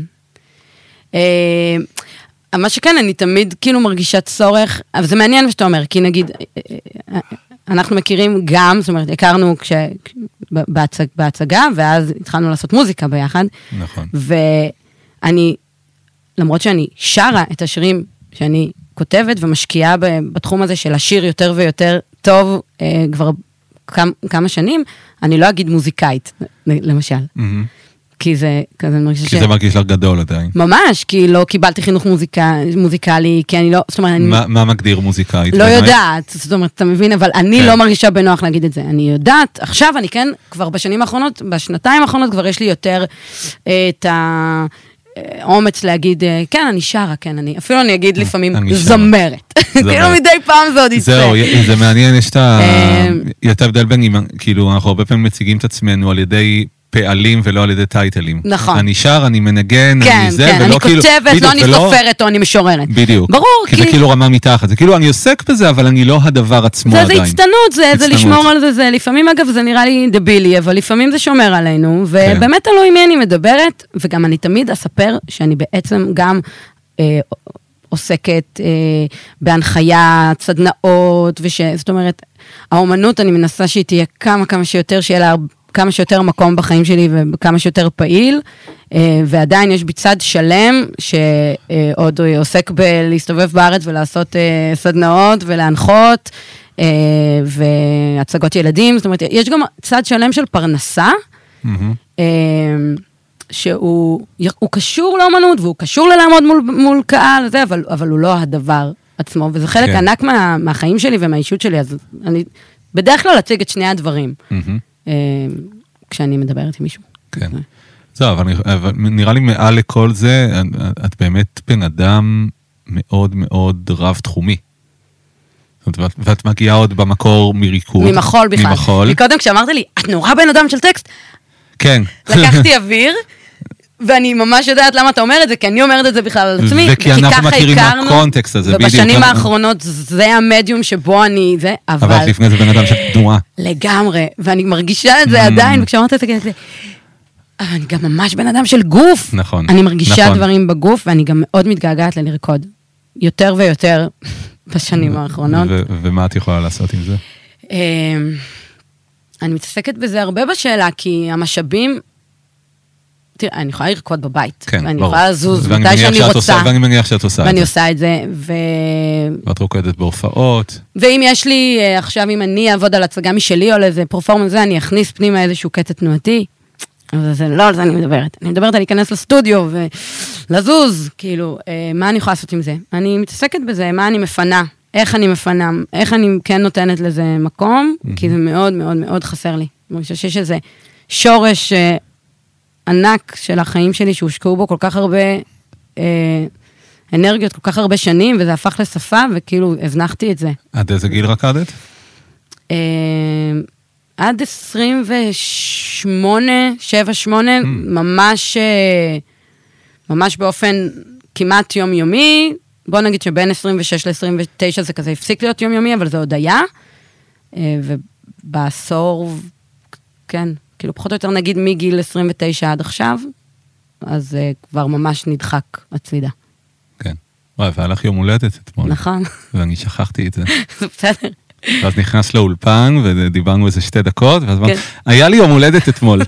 מה שכן, אני תמיד כאילו מרגישה צורך, אבל זה מעניין מה שאתה אומר, כי נגיד... אנחנו מכירים גם, זאת אומרת, הכרנו כש... בהצג... בהצגה, ואז התחלנו לעשות מוזיקה ביחד. נכון. ואני, למרות שאני שרה את השירים שאני כותבת ומשקיעה בתחום הזה של השיר יותר ויותר טוב, אה, כבר כמה, כמה שנים, אני לא אגיד מוזיקאית, למשל. Mm-hmm. כי זה, כזה מרגיש כי זה מרגיש לך גדול עדיין. ממש, כי לא קיבלתי חינוך מוזיקלי, כי אני לא, זאת אומרת, מה מגדיר מוזיקאית? לא יודעת, זאת אומרת, אתה מבין, אבל אני לא מרגישה בנוח להגיד את זה. אני יודעת, עכשיו אני כן, כבר בשנים האחרונות, בשנתיים האחרונות, כבר יש לי יותר את ה... אומץ להגיד, כן, אני שרה, כן, אני, אפילו אני אגיד לפעמים זמרת. כאילו מדי פעם זה עוד יצא. זהו, זה מעניין, יש את ה... יותר הבדל בין, כאילו, אנחנו הרבה פעמים מציגים את עצמנו על ידי פעלים ולא על ידי טייטלים. נכון. אני שר, אני מנגן, אני זה, ולא כאילו... כן, כן, אני כותבת, לא אני סופרת או אני משוררת. בדיוק. ברור, כי זה כאילו רמה מתחת. זה כאילו, אני עוסק בזה, אבל אני לא הדבר עצמו עדיין. זה הצטנות, זה לשמור על זה, זה לפעמים, אגב, זה נראה לי דבילי, אבל לפעמים זה שומר עלינו, ובאמת תלוי מי אני מדברת, וגם אני תמיד אספר שאני בעצם גם עוסקת בהנחיית סדנאות, זאת אומרת, האומנות, אני מנסה שהיא תהיה כמה כמה שיותר, שיהיה לה כמה שיותר מקום בחיים שלי וכמה שיותר פעיל, ועדיין יש בי צד שלם שעוד עוסק בלהסתובב בארץ ולעשות סדנאות ולהנחות והצגות ילדים, זאת אומרת, יש גם צד שלם של פרנסה, שהוא קשור לאמנות והוא קשור ללעמוד מול קהל, אבל, אבל הוא לא הדבר עצמו, וזה חלק ענק מה, מהחיים שלי ומהאישות שלי, אז אני בדרך כלל אציג את שני הדברים. כשאני מדברת עם מישהו. כן. זהו, אבל נראה לי מעל לכל זה, את באמת בן אדם מאוד מאוד רב-תחומי. ואת מגיעה עוד במקור מריקוד. ממחול בכלל. ממחול. מקודם כשאמרת לי, את נורא בן אדם של טקסט. כן. לקחתי אוויר, ואני ממש יודעת למה אתה אומר את זה, כי אני אומרת את זה בכלל על עצמי. וכי אנחנו מכירים מהקונטקסט הזה, בדיוק. ובשנים האחרונות זה המדיום שבו אני, זה, אבל... אבל לפני זה בן אדם של תנועה. לגמרי, ואני מרגישה את זה עדיין, וכשאמרת את זה, אבל אני גם ממש בן אדם של גוף. נכון. אני מרגישה דברים בגוף, ואני גם מאוד מתגעגעת ללרקוד. יותר ויותר בשנים האחרונות. ומה את יכולה לעשות עם זה? אני מתעסקת בזה הרבה בשאלה, כי המשאבים... תראה, אני יכולה לרקוד בבית, כן, ואני ברור. יכולה לזוז ואני מתי שאני רוצה, עושה, ואני מניח שאת עושה ואני את עושה את זה, ו... ואת רוקדת בהופעות. ואם יש לי, עכשיו אם אני אעבוד על הצגה משלי, או לאיזה פרפורמנס זה, אני אכניס פנימה איזשהו קטע תנועתי, אבל זה לא על זה אני מדברת. אני מדברת על להיכנס לסטודיו, ולזוז, כאילו, מה אני יכולה לעשות עם זה? אני מתעסקת בזה, מה אני מפנה, איך אני מפנה, איך אני כן נותנת לזה מקום, כי זה מאוד מאוד מאוד חסר לי. אני חושב שיש איזה שורש ענק של החיים שלי, שהושקעו בו כל כך הרבה אה, אנרגיות, כל כך הרבה שנים, וזה הפך לשפה, וכאילו הזנחתי את זה. עד איזה גיל רקדת? אה, עד עשרים ושמונה, שבע, שמונה, mm. ממש, אה, ממש באופן כמעט יומיומי, בוא נגיד שבין עשרים ושש ל-עשרים ותשע זה כזה הפסיק להיות יומיומי, אבל זה עוד היה, אה, ובעשור, כן, כאילו פחות או יותר נגיד מגיל עשרים ותשע עד עכשיו, אז uh, כבר ממש נדחק הצלידה. כן. וואי, והיה לך יום הולדת אתמול. נכון. ואני שכחתי את זה. זה בסדר. ואז נכנס לאולפן, ודיברנו איזה שתי דקות, ואז אמרת, היה לי יום הולדת אתמול.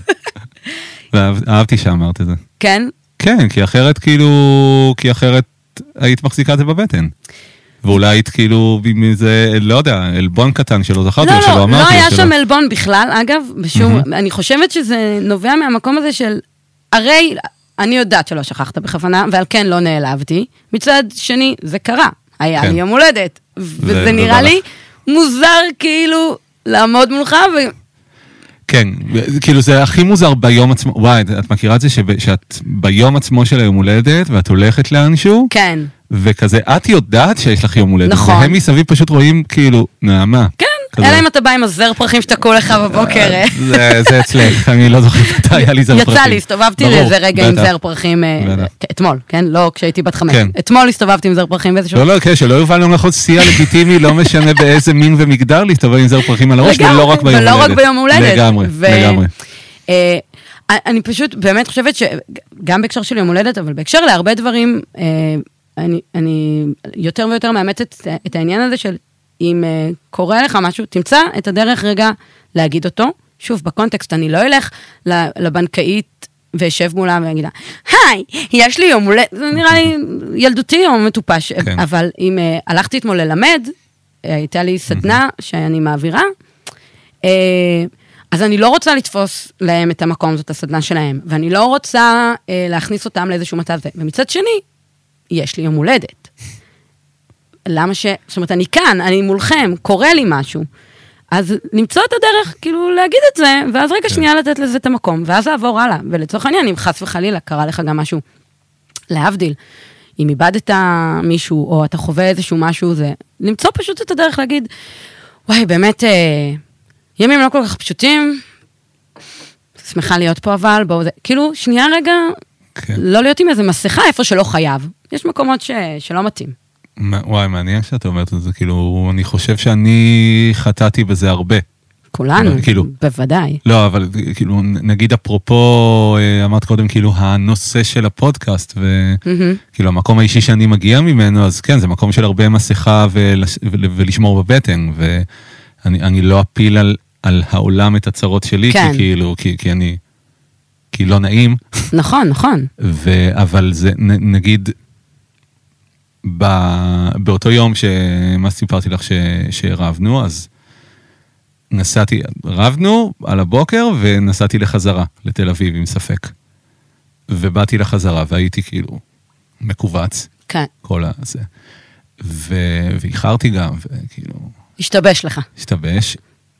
ואהבתי שאמרת את זה. כן? כן, כי אחרת כאילו, כי אחרת היית מחזיקה את זה בבטן. ואולי היית כאילו, זה, לא יודע, אלבון קטן שלא זכרתי, או שלא אמרתי. לא, לא היה שם אלבון בכלל, אגב, בשום, אני חושבת שזה נובע מהמקום הזה של, הרי, אני יודעת שלא שכחת בכוונה, ועל כן לא נעלבתי, מצד שני, זה קרה, היה לי יום הולדת, וזה נראה לי מוזר כאילו, לעמוד מולך, ו... כן, כאילו זה הכי מוזר ביום עצמו, וואי, את מכירה את זה שאת ביום עצמו של היום הולדת, ואת הולכת לאנשהו? כן. וכזה, את יודעת שיש לך יום הולדת. נכון. והם מסביב פשוט רואים כאילו, נעמה. כן, אלא אם אתה בא עם הזר פרחים שתקעו לך בבוקר. זה אצלך, אני לא זוכר מתי היה לי זר פרחים. יצא לי, הסתובבתי לאיזה רגע עם זר פרחים, אתמול, כן? לא כשהייתי בת חמש. אתמול הסתובבתי עם זר פרחים באיזשהו... לא, לא, כן, שלא יובל לנו לכל שיאה לגיטימי, לא משנה באיזה מין ומגדר להסתובב עם זר פרחים על הראש, ולא רק ביום הולדת. ולא רק ביום הולדת. לגמרי, לגמרי. אני פשוט באמת חושבת שגם בהקשר של יום הולדת, אבל בהקשר להרבה דברים, אני, אני יותר ויותר מאמצת את העניין הזה של אם uh, קורה לך משהו, תמצא את הדרך רגע להגיד אותו. שוב, בקונטקסט אני לא אלך לבנקאית וישב מולה ויגידה, היי, יש לי יום הולדת, זה נראה לי ילדותי או מטופש, כן. אבל אם uh, הלכתי אתמול ללמד, הייתה לי סדנה שאני מעבירה, uh, אז אני לא רוצה לתפוס להם את המקום, זאת הסדנה שלהם, ואני לא רוצה uh, להכניס אותם לאיזשהו מצב זה. ומצד שני, יש לי יום הולדת. למה ש... זאת אומרת, אני כאן, אני מולכם, קורה לי משהו. אז למצוא את הדרך, כאילו, להגיד את זה, ואז רגע שנייה לתת לזה את המקום, ואז לעבור הלאה. ולצורך העניין, אם חס וחלילה, קרה לך גם משהו להבדיל, אם איבדת מישהו, או אתה חווה איזשהו משהו, זה למצוא פשוט את הדרך להגיד, וואי, באמת, אה, ימים לא כל כך פשוטים, שמחה להיות פה אבל, בואו זה, כאילו, שנייה רגע, כן. לא להיות עם איזה מסכה, איפה שלא חייב. יש מקומות ש, שלא מתאים. וואי, מעניין שאתה אומרת את זה, כאילו, אני חושב שאני חטאתי בזה הרבה. כולנו, כאילו, בוודאי. לא, אבל כאילו, נגיד אפרופו, אמרת קודם, כאילו, הנושא של הפודקאסט, וכאילו, המקום האישי שאני מגיע ממנו, אז כן, זה מקום של הרבה מסכה ולשמור בבטן, ואני לא אפיל על, על העולם את הצרות שלי, כן. כי כאילו, כי, כי אני, כי לא נעים. נכון, נכון. ו, אבל זה, נגיד, באותו יום שמה סיפרתי לך שרבנו, אז נסעתי, רבנו על הבוקר ונסעתי לחזרה, לתל אביב עם ספק. ובאתי לחזרה והייתי כאילו מקובץ. כן. כל הזה. ואיחרתי גם, וכאילו... השתבש לך. השתבש.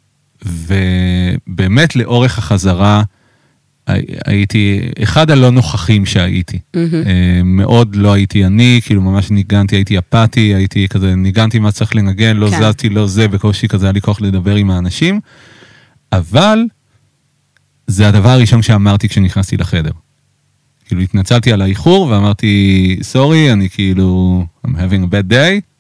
ובאמת לאורך החזרה, הייתי, אחד הלא נוכחים שהייתי. מאוד לא הייתי אני, כאילו ממש ניגנתי, הייתי אפאתי, הייתי כזה, ניגנתי מה צריך לנגן, לא זזתי, לא זה, בקושי כזה היה לי כוח לדבר עם האנשים, אבל זה הדבר הראשון שאמרתי כשנכנסתי לחדר. כאילו התנצלתי על האיחור ואמרתי, סורי, אני כאילו, I'm having a bad day,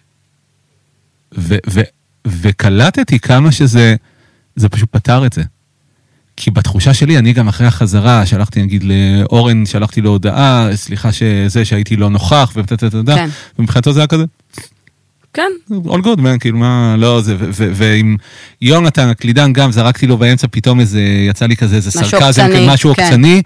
וקלטתי כמה שזה, זה פשוט פתר את זה. כי בתחושה שלי, אני גם אחרי החזרה, שלחתי נגיד לאורן, שלחתי לו הודעה, סליחה שזה שהייתי לא נוכח, ובטטטטטט, ומבחינתו זה היה כזה. כן. all good, man, כאילו מה, לא, זה, ועם יונתן, הקלידן גם, זרקתי לו באמצע, פתאום איזה, יצא לי כזה, איזה סרקזם, משהו עוקצני,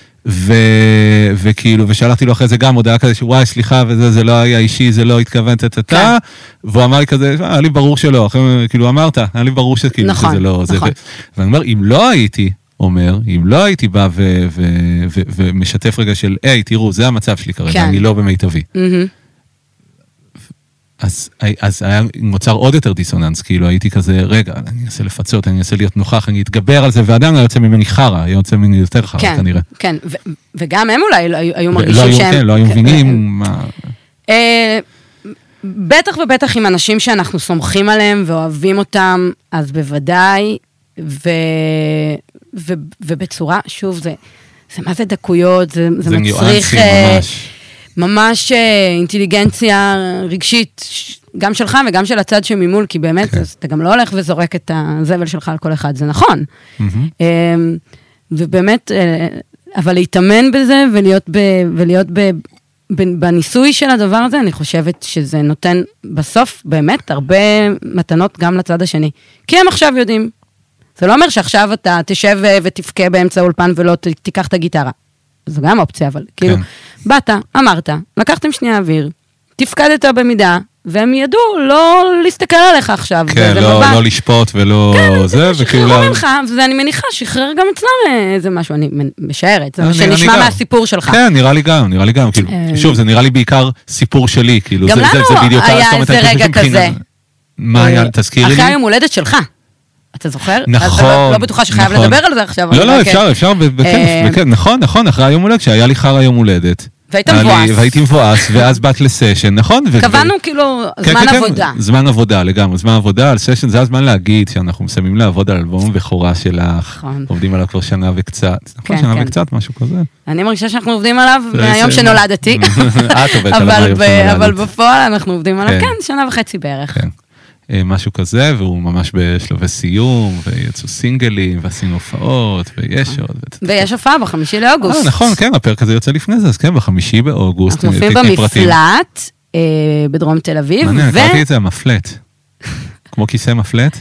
וכאילו, ושלחתי לו אחרי זה גם הודעה כזה, שוואי, סליחה, וזה, זה לא היה אישי, זה לא התכוון, תתתה, והוא אמר לי כזה, היה לי ברור שלא, כאילו אמרת, היה לי ברור שכאילו שזה לא, ואני אומר, אם לא הייתי, אומר, אם לא הייתי בא ומשתף רגע של, היי, תראו, זה המצב שלי כרגע, אני לא במיטבי. אז, אז היה נוצר עוד יותר דיסוננס, כאילו הייתי כזה, רגע, אני אנסה לפצות, אני אנסה להיות נוכח, אני אתגבר על זה, ואדם לא יוצא ממני חרה, יוצא ממני יותר חרה, כן, כנראה. כן, ו- וגם הם אולי היו מרגישים לא שהם... כן, לא היו מבינים מה... בטח ובטח עם אנשים שאנחנו סומכים עליהם ואוהבים אותם, אז בוודאי, ו... ו... ובצורה, שוב, זה, זה מה זה דקויות, זה, זה, זה מצריך... ממש. ממש אינטליגנציה רגשית, גם שלך וגם של הצד שממול, כי באמת, okay. אתה גם לא הולך וזורק את הזבל שלך על כל אחד, זה נכון. Mm-hmm. ובאמת, אבל להתאמן בזה ולהיות, ב, ולהיות ב, ב, בניסוי של הדבר הזה, אני חושבת שזה נותן בסוף באמת הרבה מתנות גם לצד השני. כי הם עכשיו יודעים. זה לא אומר שעכשיו אתה תשב ותפקה באמצע אולפן ולא תיקח את הגיטרה. זו גם אופציה, אבל כאילו, באת, אמרת, לקחתם שנייה אוויר, תפקדת במידה, והם ידעו לא להסתכל עליך עכשיו. כן, לא לשפוט ולא זה, וכאילו... כן, ממך, ואני מניחה, שחרר גם אצלם איזה משהו, אני משערת, שנשמע מהסיפור שלך. כן, נראה לי גם, נראה לי גם, כאילו, שוב, זה נראה לי בעיקר סיפור שלי, כאילו, גם לנו היה איזה רגע כזה. מה היה, תזכירי לי? אחרי היום הולדת שלך. אתה זוכר? נכון. לא בטוחה שחייב לדבר על זה עכשיו. לא, לא, אפשר, אפשר, בכיף, נכון, נכון, אחרי היום הולדת, שהיה לי חר היום הולדת. והיית מבואס. והייתי מבואס, ואז באת לסשן, נכון? קבענו כאילו זמן עבודה. זמן עבודה, לגמרי, זמן עבודה על סשן, זה הזמן להגיד שאנחנו מסיימים לעבוד על אלבום בכורה שלך, עובדים עליו כבר שנה וקצת, נכון, שנה וקצת, משהו כזה. אני מרגישה שאנחנו עובדים עליו מהיום שנולדתי. את עובדת עליו מהיום שנולדת. אבל בפועל אנחנו עובדים עליו, כן, שנה וחצי בערך. משהו כזה, והוא ממש בשלבי סיום, ויצאו סינגלים, ועשינו הופעות, ויש עוד. ויש הופעה בחמישי לאוגוסט. נכון, כן, הפרק הזה יוצא לפני זה, אז כן, בחמישי באוגוסט. אנחנו מופיעים במפלט, בדרום תל אביב. מעניין, קראתי את זה, המפלט. כמו כיסא מפלט.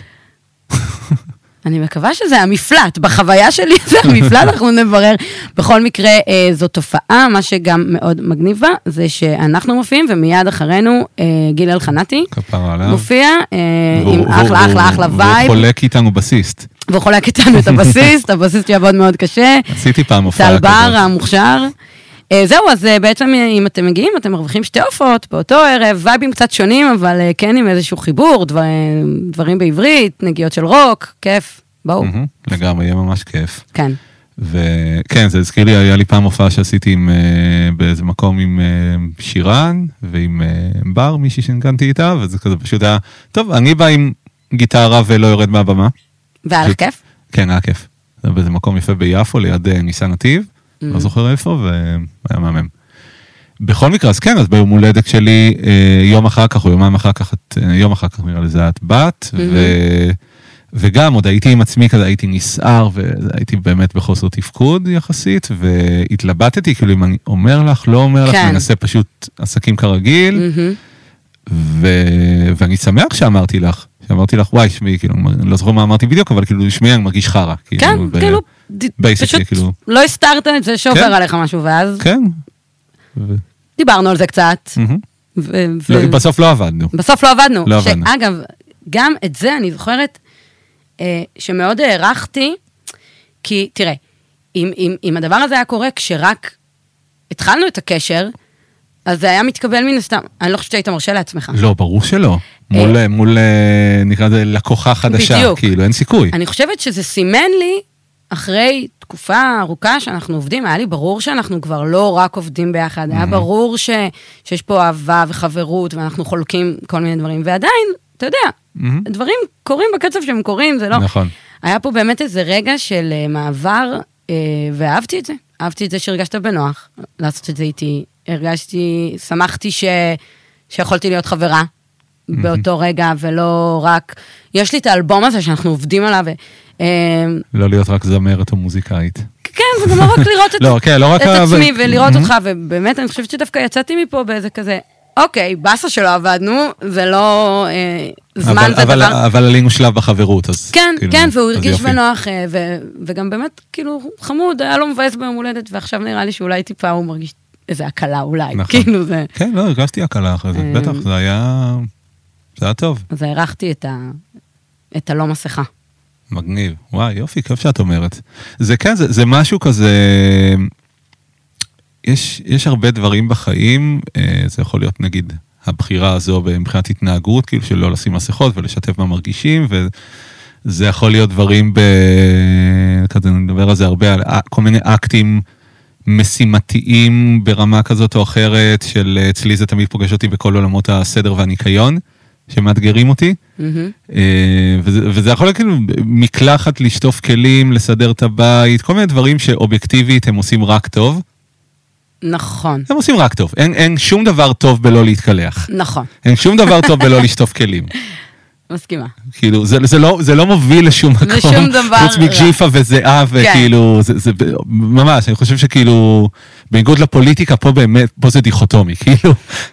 אני מקווה שזה המפלט, בחוויה שלי זה המפלט, אנחנו נברר. בכל מקרה, זו תופעה, מה שגם מאוד מגניבה, זה שאנחנו מופיעים, ומיד אחרינו, גיל אלחנתי, מופיע, עם אחלה, אחלה, אחלה וייב. והוא חולק איתנו בסיסט. והוא חולק איתנו את הבסיסט, הבסיסט שיעבוד מאוד קשה. עשיתי פעם הופעה כזאת. טל בר, המוכשר. זהו, אז בעצם אם אתם מגיעים, אתם מרוויחים שתי הופעות באותו ערב, וייבים קצת שונים, אבל כן עם איזשהו חיבור, דברים בעברית, נגיעות של רוק, כיף, בואו. לגמרי, יהיה ממש כיף. כן. וכן, זה הזכיר לי, היה לי פעם הופעה שעשיתי עם, באיזה מקום עם שירן, ועם בר, מישהי שנגנתי איתה, וזה כזה פשוט היה, טוב, אני בא עם גיטרה ולא יורד מהבמה. והיה לך כיף? כן, היה כיף. זה באיזה מקום יפה ביפו, ליד ניסן נתיב, לא זוכר איפה, והיה מהמם. בכל מקרה, אז כן, אז ביום הולדת שלי, יום אחר כך, או יומיים אחר כך, יום אחר כך נראה לזה את בת, ו... וגם עוד הייתי עם עצמי כזה, הייתי נסער, והייתי באמת בחוסר תפקוד יחסית, והתלבטתי, כאילו אם אני אומר לך, לא אומר לך, מנסה פשוט עסקים כרגיל, ואני שמח שאמרתי לך, שאמרתי לך, וואי, שמי, כאילו, לא זוכר מה אמרתי בדיוק, אבל כאילו, שמי, אני מרגיש חרה. כן, כאילו, פשוט לא הסתרת את זה שעובר עליך משהו, ואז... כן. דיברנו על זה קצת. בסוף לא עבדנו. בסוף לא עבדנו. שאגב, גם את זה אני זוכרת, שמאוד הערכתי, כי תראה, אם, אם, אם הדבר הזה היה קורה כשרק התחלנו את הקשר, אז זה היה מתקבל מן הסתם, אני לא חושבת שהיית מרשה לעצמך. לא, ברור שלא. מול, מול, נקרא זה, לקוחה חדשה, בדיוק. כאילו, אין סיכוי. אני חושבת שזה סימן לי, אחרי תקופה ארוכה שאנחנו עובדים, היה לי ברור שאנחנו כבר לא רק עובדים ביחד, היה ברור ש, שיש פה אהבה וחברות, ואנחנו חולקים כל מיני דברים, ועדיין, אתה יודע, דברים קורים בקצב שהם קורים, זה לא... נכון. היה פה באמת איזה רגע של מעבר, ואהבתי את זה. אהבתי את זה שהרגשת בנוח, לעשות את זה איתי. הרגשתי, שמחתי ש... שיכולתי להיות חברה באותו רגע, ולא רק... יש לי את האלבום הזה שאנחנו עובדים עליו, ו... לא להיות רק זמרת או מוזיקאית. כן, וגם לא רק לראות את, לא, כן, לא רק את עצמי ולראות אותך, ובאמת אני חושבת שדווקא יצאתי מפה באיזה כזה, אוקיי, בסה שלא עבדנו, זה לא זמן, זה דבר... אבל עלינו שלב בחברות, אז... כן, כן, והוא הרגיש בנוח, וגם באמת, כאילו, חמוד, היה לו מבאס ביום הולדת, ועכשיו נראה לי שאולי טיפה הוא מרגיש איזה הקלה אולי, כאילו זה... כן, לא, הרגשתי הקלה אחרי זה, בטח, זה היה... זה היה טוב. אז הערכתי את הלא מסכה. מגניב, וואי, יופי, כיף שאת אומרת. זה כן, זה, זה משהו כזה, יש, יש הרבה דברים בחיים, זה יכול להיות נגיד הבחירה הזו מבחינת התנהגות, כאילו של לא לשים מסכות ולשתף מה מרגישים, וזה יכול להיות דברים ב... כזה נדבר על זה הרבה, על כל מיני אקטים משימתיים ברמה כזאת או אחרת, של אצלי זה תמיד פוגש אותי בכל עולמות הסדר והניקיון, שמאתגרים אותי, וזה, וזה יכול להיות כאילו מקלחת, לשטוף כלים, לסדר את הבית, כל מיני דברים שאובייקטיבית הם עושים רק טוב. נכון. הם עושים רק טוב. אין, אין שום דבר טוב בלא להתקלח. נכון. אין שום דבר טוב בלא לשטוף כלים. מסכימה. כאילו, זה, זה לא, זה לא מוביל לשום מקום. לשום דבר. חוץ מג'יפה וזיעה, וכאילו, זה, זה, ממש, אני חושב שכאילו, בניגוד לפוליטיקה, פה באמת, פה זה דיכוטומי, כאילו.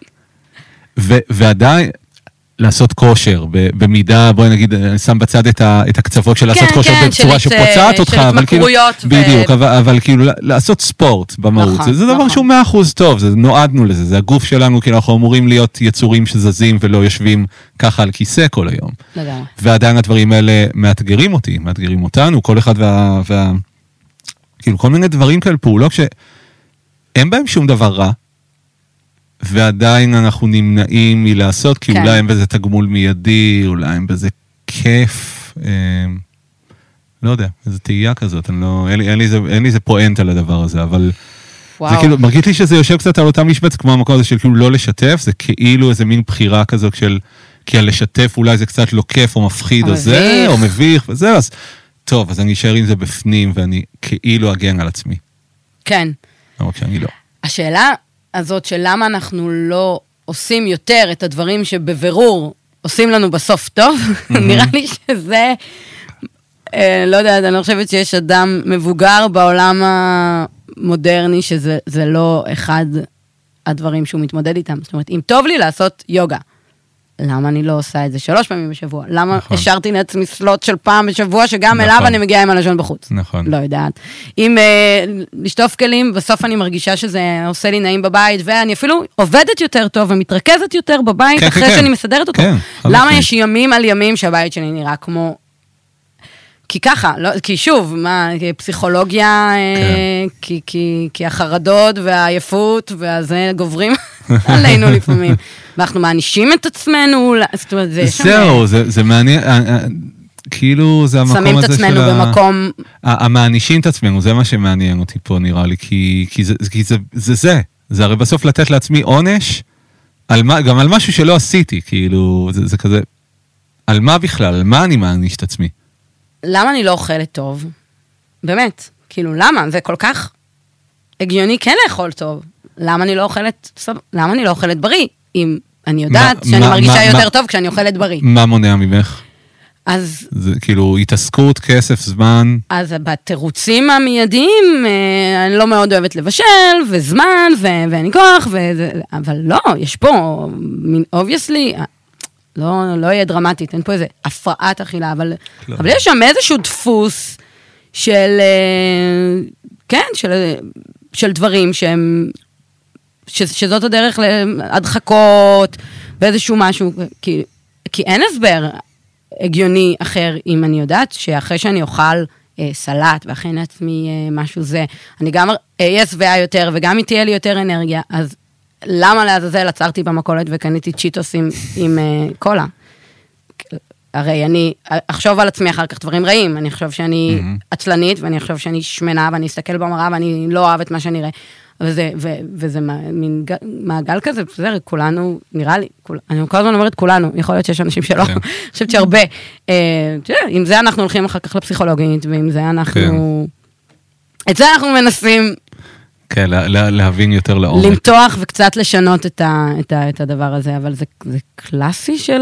ו, ועדיין, לעשות כושר, במידה, בואי נגיד, אני שם בצד את הקצוות של לעשות כושר בצורה שפוצעת אותך, אבל כאילו, בדיוק, אבל כאילו, לעשות ספורט במהות, זה דבר שהוא מאה אחוז טוב, זה נועדנו לזה, זה הגוף שלנו, כאילו אנחנו אמורים להיות יצורים שזזים ולא יושבים ככה על כיסא כל היום. ועדיין הדברים האלה מאתגרים אותי, מאתגרים אותנו, כל אחד וה... כאילו, כל מיני דברים כאלה, פעולות שאין בהם שום דבר רע, ועדיין אנחנו נמנעים מלעשות, כי כן. אולי הם בזה תגמול מיידי, אולי הם בזה כיף, אה, לא יודע, איזו תהייה כזאת, אני לא, אין לי, אין לי זה, אין לי זה פואנט על הדבר הזה, אבל וואו. זה כאילו, מרגיש לי שזה יושב קצת על אותה משבץ, כמו המקום הזה של כאילו לא לשתף, זה כאילו איזה מין בחירה כזאת של, כי על לשתף אולי זה קצת לא כיף או מפחיד או, או זה, או מביך וזה, אז טוב, אז אני אשאר עם זה בפנים, ואני כאילו אגן על עצמי. כן. למרות שאני לא. השאלה הזאת של למה אנחנו לא עושים יותר את הדברים שבבירור עושים לנו בסוף טוב, נראה לי שזה, לא יודעת, אני חושבת שיש אדם מבוגר בעולם המודרני, שזה לא אחד הדברים שהוא מתמודד איתם. זאת אומרת, אם טוב לי לעשות יוגה, למה אני לא עושה את זה שלוש פעמים בשבוע? למה נכון. השארתי לעצמי סלוט של פעם בשבוע, שגם נכון. אליו אני מגיעה עם הלשון בחוץ? נכון. לא יודעת. אם אה, לשטוף כלים, בסוף אני מרגישה שזה עושה לי נעים בבית, ואני אפילו עובדת יותר טוב, ומתרכזת יותר בבית, כן, אחרי כן, שאני מסדרת אותו. כן, למה יש ימים על ימים שהבית שלי נראה כמו... כי ככה, לא, כי שוב, מה, פסיכולוגיה, כן. אה, כי, כי, כי החרדות והעייפות, והזה גוברים עלינו לפעמים. ואנחנו מענישים את עצמנו, זאת אומרת, זה... זהו, זה, זה מעניין, כאילו זה המקום הזה של... שמים את עצמנו במקום... המענישים את עצמנו, זה מה שמעניין אותי פה נראה לי, כי, כי, זה, כי זה, זה זה, זה הרי בסוף לתת לעצמי עונש, על מה, גם על משהו שלא עשיתי, כאילו, זה, זה כזה, על מה בכלל, על מה אני מעניש את עצמי? למה אני לא אוכלת טוב? באמת, כאילו, למה? זה כל כך הגיוני כן לאכול טוב. למה אני לא אוכלת, למה אני לא אוכלת בריא? אם אני יודעת מה, שאני מה, מרגישה מה, יותר מה, טוב כשאני אוכלת בריא. מה מונע ממך? אז... זה כאילו התעסקות, כסף, זמן. אז בתירוצים המיידיים, אני לא מאוד אוהבת לבשל, וזמן, ו- ואין לי כוח, ו- אבל לא, יש פה, obviously, לא, לא יהיה דרמטית, אין פה איזה הפרעת אכילה, אבל, לא. אבל יש שם איזשהו דפוס של, כן, של, של דברים שהם, ש- שזאת הדרך להדחקות, ואיזשהו משהו, כי, כי אין הסבר, הגיוני אחר, אם אני יודעת שאחרי שאני אוכל אה, סלט, ואכן עצמי אה, משהו זה, אני גם אהיה שבעה יותר, וגם היא תהיה לי יותר אנרגיה, אז למה לעזאזל עצרתי במכולת וקניתי צ'יטוס עם, עם אה, קולה? הרי אני אחשוב על עצמי אחר כך דברים רעים, אני חושב שאני mm-hmm. עצלנית, ואני חושב שאני שמנה, ואני אסתכל במראה, ואני לא אוהב את מה שאני אראה. וזה, ו, וזה מין מעגל כזה, בסדר, כולנו, נראה לי, כול, אני כל הזמן אומרת כולנו, יכול להיות שיש אנשים שלא, אני חושבת שהרבה, אה, עם זה אנחנו הולכים אחר כך לפסיכולוגית, ועם זה אנחנו, כן. את זה אנחנו מנסים, כן, לה, לה, להבין יותר לעומק. למתוח וקצת לשנות את, ה, את, ה, את הדבר הזה, אבל זה, זה קלאסי של,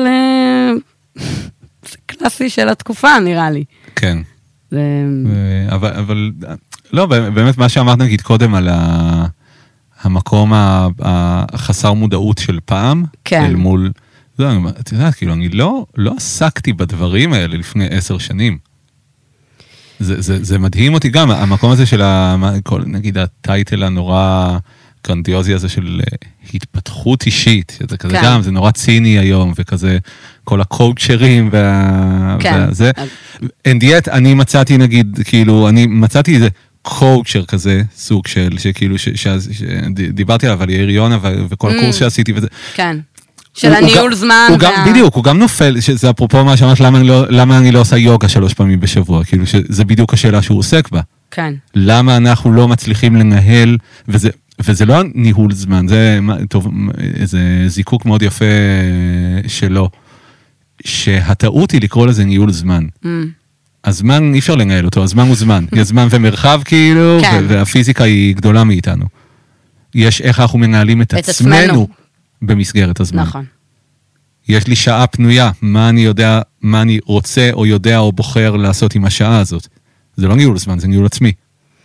זה קלאסי של התקופה, נראה לי. כן. זה... אבל, אבל, לא, באמת מה שאמרת נגיד קודם על המקום החסר מודעות של פעם, כן. אל מול, את יודעת, כאילו, אני לא, לא עסקתי בדברים האלה לפני עשר שנים. זה, זה, זה מדהים אותי גם, המקום הזה של, נגיד, הטייטל הנורא גרנדיוזי הזה של התפתחות אישית, שזה כזה כן. גם, זה נורא ציני היום, וכזה, כל הקואוצ'רים וה... כן. וזה. And yet, אני מצאתי, נגיד, כאילו, אני מצאתי איזה קואוצ'ר כזה, סוג של, שכאילו, שדיברתי עליו, על יאיר יונה, וכל הקורס שעשיתי וזה. כן. של הניהול זמן. בדיוק, הוא גם נופל, שזה אפרופו מה שאמרת, למה אני לא עושה יוגה שלוש פעמים בשבוע, כאילו, שזה בדיוק השאלה שהוא עוסק בה. כן. למה אנחנו לא מצליחים לנהל, וזה... וזה לא ניהול זמן, זה טוב, איזה זיקוק מאוד יפה שלו, שהטעות היא לקרוא לזה ניהול זמן. Mm. הזמן אי אפשר לנהל אותו, הזמן הוא זמן. יש זמן ומרחב כאילו, כן. והפיזיקה היא גדולה מאיתנו. יש איך אנחנו מנהלים את, את עצמנו, עצמנו במסגרת הזמן. נכון. יש לי שעה פנויה, מה אני יודע, מה אני רוצה או יודע או בוחר לעשות עם השעה הזאת. זה לא ניהול זמן, זה ניהול עצמי.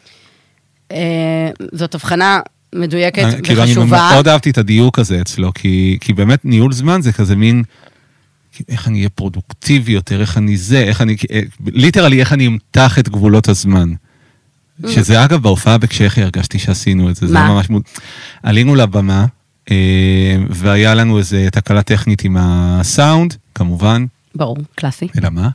זאת הבחנה מדויקת כאילו וחשובה. אני מאוד אהבתי את הדיוק הזה אצלו, כי, כי באמת ניהול זמן זה כזה מין, איך אני אהיה פרודוקטיבי יותר, איך אני זה, איך אני, ליטרלי איך אני אמתח את גבולות הזמן. שזה אגב בהופעה בקשחי הרגשתי שעשינו את זה. מה? זה ממש מוד... עלינו לבמה, והיה לנו איזה תקלה טכנית עם הסאונד, כמובן. ברור, קלאסי. אלא מה?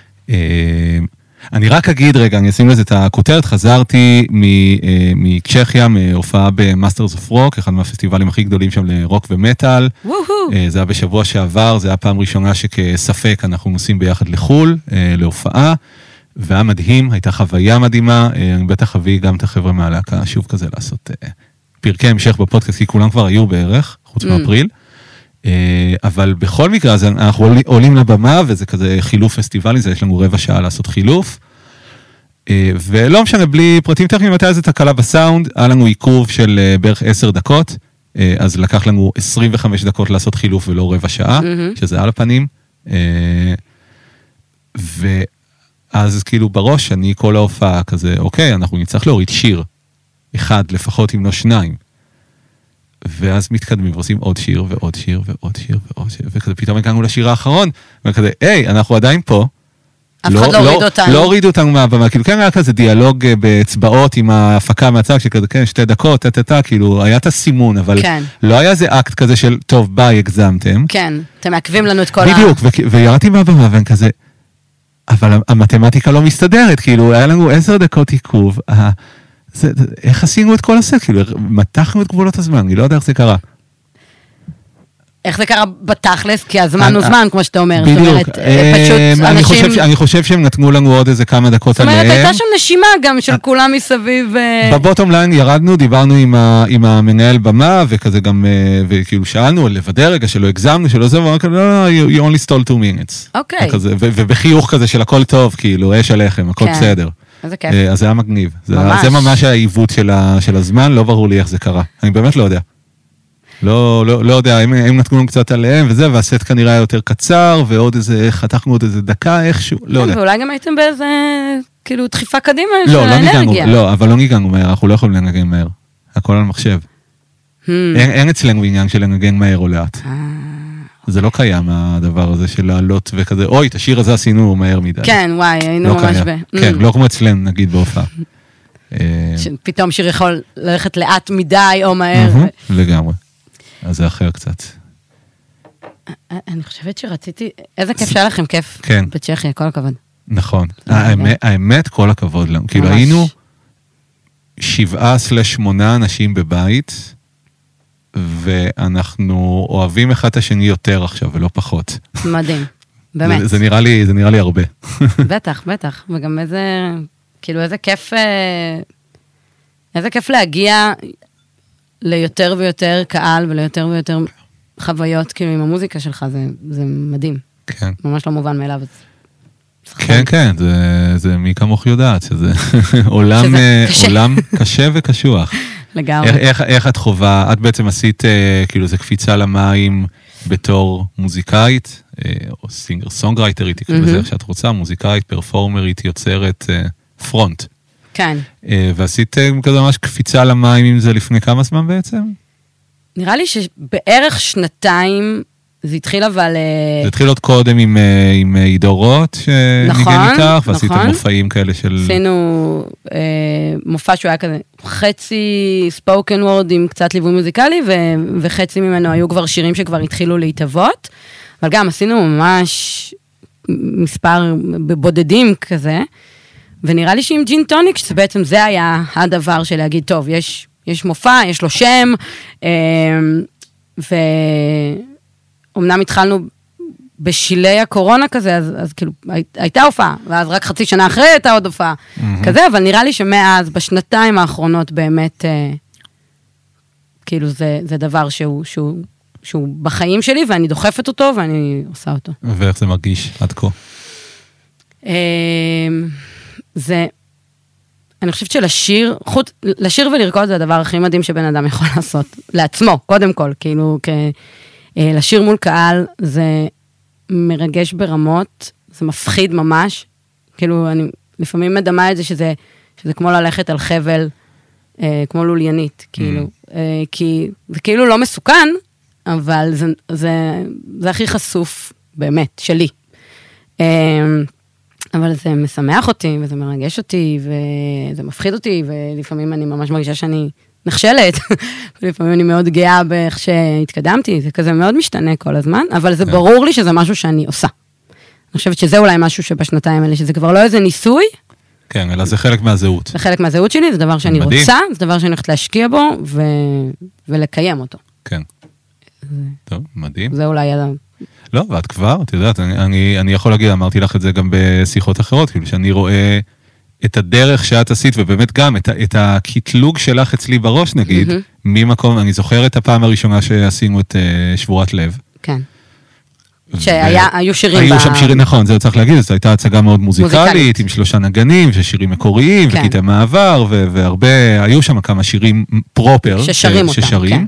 אני רק אגיד רגע, אני אשים לזה את הכותרת, חזרתי מקשחיה, מהופעה במאסטרס אוף רוק, אחד מהפסטיבלים הכי גדולים שם לרוק ומטל. זה היה בשבוע שעבר, זה היה פעם ראשונה שכספק אנחנו נוסעים ביחד לחול, להופעה, והיה מדהים, הייתה חוויה מדהימה, אני בטח אביא גם את החבר'ה מהלהקה, שוב כזה לעשות פרקי המשך בפודקאסט, כי כולם כבר היו בערך, חוץ מאפריל. אבל בכל מקרה, אז אנחנו עולים לבמה, וזה כזה חילוף פסטיבלי, זה יש לנו רבע שעה לעשות חילוף, ולא משנה, בלי פרטים טכניים, הייתה איזו תקלה בסאונד, היה לנו עיכוב של בערך עשר דקות, אז לקח לנו עשרים וחמש דקות לעשות חילוף ולא רבע שעה, שזה על הפנים, ואז כאילו בראש, אני כל ההופעה כזה, אוקיי, אנחנו נצטרך להוריד שיר, אחד לפחות אם לא שניים, ואז מתקדמים ועושים עוד שיר ועוד שיר ועוד שיר ועוד שיר, וכזה פתאום הגענו לשיר האחרון, וכזה, היי, אנחנו עדיין פה. אף אחד לא הוריד אותנו. לא הורידו אותנו מהבמה, כאילו כן היה כזה דיאלוג באצבעות עם ההפקה מהצג, שכזה כן, שתי דקות, תתתה, כאילו היה את הסימון, אבל לא היה איזה אקט כזה של, טוב, ביי, הגזמתם. כן, אתם מעכבים לנו את כל ה... בדיוק, וירדתי מהבמה, ואני כזה, אבל המתמטיקה לא מסתדרת, כאילו, היה לנו עשר דקות עיכוב, זה, איך עשינו את כל הסט? כאילו, מתחנו את גבולות הזמן, אני לא יודע איך זה קרה. איך זה קרה בתכלס? כי הזמן הוא זמן, כמו שאתה אומר. בדיוק. אני חושב שהם נתנו לנו עוד איזה כמה דקות עליהם. זאת אומרת, הייתה שם נשימה גם של כולם מסביב. בבוטום ליין ירדנו, דיברנו עם המנהל במה, וכזה גם, וכאילו שאלנו, לוודא רגע שלא הגזמנו, שלא זה, ואמרנו, לא, you only stole two minutes. אוקיי. ובחיוך כזה של הכל טוב, כאילו, אש עליכם, הכל בסדר. איזה כיף. אז זה היה מגניב. זה ממש העיוות של הזמן, לא ברור לי איך זה קרה. אני באמת לא יודע. לא, לא, לא יודע, הם, הם נתנו לנו קצת עליהם וזה, והסט כנראה יותר קצר, ועוד איזה, חתכנו עוד איזה דקה איכשהו, לא יודע. ואולי גם הייתם באיזה, כאילו, דחיפה קדימה של האנרגיה. לא, אבל לא ניגענו מהר, אנחנו לא יכולים לנגן מהר. הכל על מחשב. אין אצלנו עניין של לנגן מהר או לאט. זה לא קיים, הדבר הזה של לעלות וכזה, אוי, את השיר הזה עשינו מהר מדי. כן, וואי, היינו ממש ב... כן, לא כמו אצלנו, נגיד, בהופעה. פתאום שיר יכול ללכת לאט מדי או מהר. לגמרי. אז זה אחר קצת. אני חושבת שרציתי, איזה כיף שהיה לכם כיף בצ'כיה, כל הכבוד. נכון. האמת, כל הכבוד לנו. כאילו היינו שבעה סלש שמונה אנשים בבית, ואנחנו אוהבים אחד את השני יותר עכשיו, ולא פחות. מדהים, באמת. זה נראה לי, זה נראה לי הרבה. בטח, בטח. וגם איזה, כאילו איזה כיף, איזה כיף להגיע ליותר ויותר קהל, וליותר ויותר חוויות, כאילו, עם המוזיקה שלך, זה, זה מדהים. כן. ממש לא מובן מאליו. כן, כן, זה, זה מי כמוך יודעת, שזה עולם, קשה. עולם קשה וקשוח. לגמרי. איך, איך, איך את חובה, את בעצם עשית, כאילו, זה קפיצה למים בתור מוזיקאית, או סינגר סונגרייטרית, תקרא לזה איך שאת רוצה, מוזיקאית, פרפורמרית, יוצרת, פרונט. כן. ועשית כזה ממש קפיצה למים עם זה לפני כמה זמן בעצם? נראה לי שבערך שנתיים זה התחיל אבל... זה התחיל עוד קודם עם, עם עידו רוט שניגן איתך, ועשיתם מופעים כאלה של... עשינו אה, מופע שהוא היה כזה חצי ספוקן וורד עם קצת ליווי מוזיקלי, ו, וחצי ממנו היו כבר שירים שכבר התחילו להתאבות, אבל גם עשינו ממש מספר בודדים כזה, ונראה לי שעם ג'ין טוניק, שבעצם זה היה הדבר של להגיד, טוב, יש, יש מופע, יש לו שם, ואומנם התחלנו בשילי הקורונה כזה, אז, אז כאילו, הייתה הופעה, ואז רק חצי שנה אחרי הייתה עוד הופעה, mm-hmm. כזה, אבל נראה לי שמאז, בשנתיים האחרונות, באמת, כאילו, זה, זה דבר שהוא, שהוא, שהוא בחיים שלי, ואני דוחפת אותו, ואני עושה אותו. ואיך זה מרגיש עד כה? זה, אני חושבת שלשיר, חוץ, לשיר ולרקוד זה הדבר הכי מדהים שבן אדם יכול לעשות, לעצמו, קודם כל, כאילו, כ, לשיר מול קהל, זה מרגש ברמות, זה מפחיד ממש, כאילו, אני לפעמים מדמה את זה שזה, שזה כמו ללכת על חבל, אה, כמו לוליינית, כאילו, אה, כי זה כאילו לא מסוכן, אבל זה, זה, זה הכי חשוף, באמת, שלי. אה, אבל זה משמח אותי, וזה מרגש אותי, וזה מפחיד אותי, ולפעמים אני ממש מרגישה שאני נכשלת, ולפעמים אני מאוד גאה באיך שהתקדמתי, זה כזה מאוד משתנה כל הזמן, אבל זה ברור לי שזה משהו שאני עושה. אני חושבת שזה אולי משהו שבשנתיים האלה, שזה כבר לא איזה ניסוי. כן, אלא זה חלק מהזהות. זה חלק מהזהות שלי, זה דבר שאני רוצה, זה דבר שאני הולכת להשקיע בו, ולקיים אותו. כן. טוב, מדהים. זה אולי... לא, ואת כבר, את יודעת, אני, אני, אני יכול להגיד, אמרתי לך את זה גם בשיחות אחרות, כאילו שאני רואה את הדרך שאת עשית, ובאמת גם את, את הקטלוג שלך אצלי בראש, נגיד, mm-hmm. ממקום, אני זוכר את הפעם הראשונה שעשינו את uh, שבורת לב. כן. שהיו שירים... היו שם שירים, נכון, זה צריך להגיד, זו הייתה הצגה מאוד מוזיקלית, עם שלושה נגנים, ושירים מקוריים, וקטעי מעבר, והרבה, היו שם כמה שירים פרופר, ששרים אותם, כן.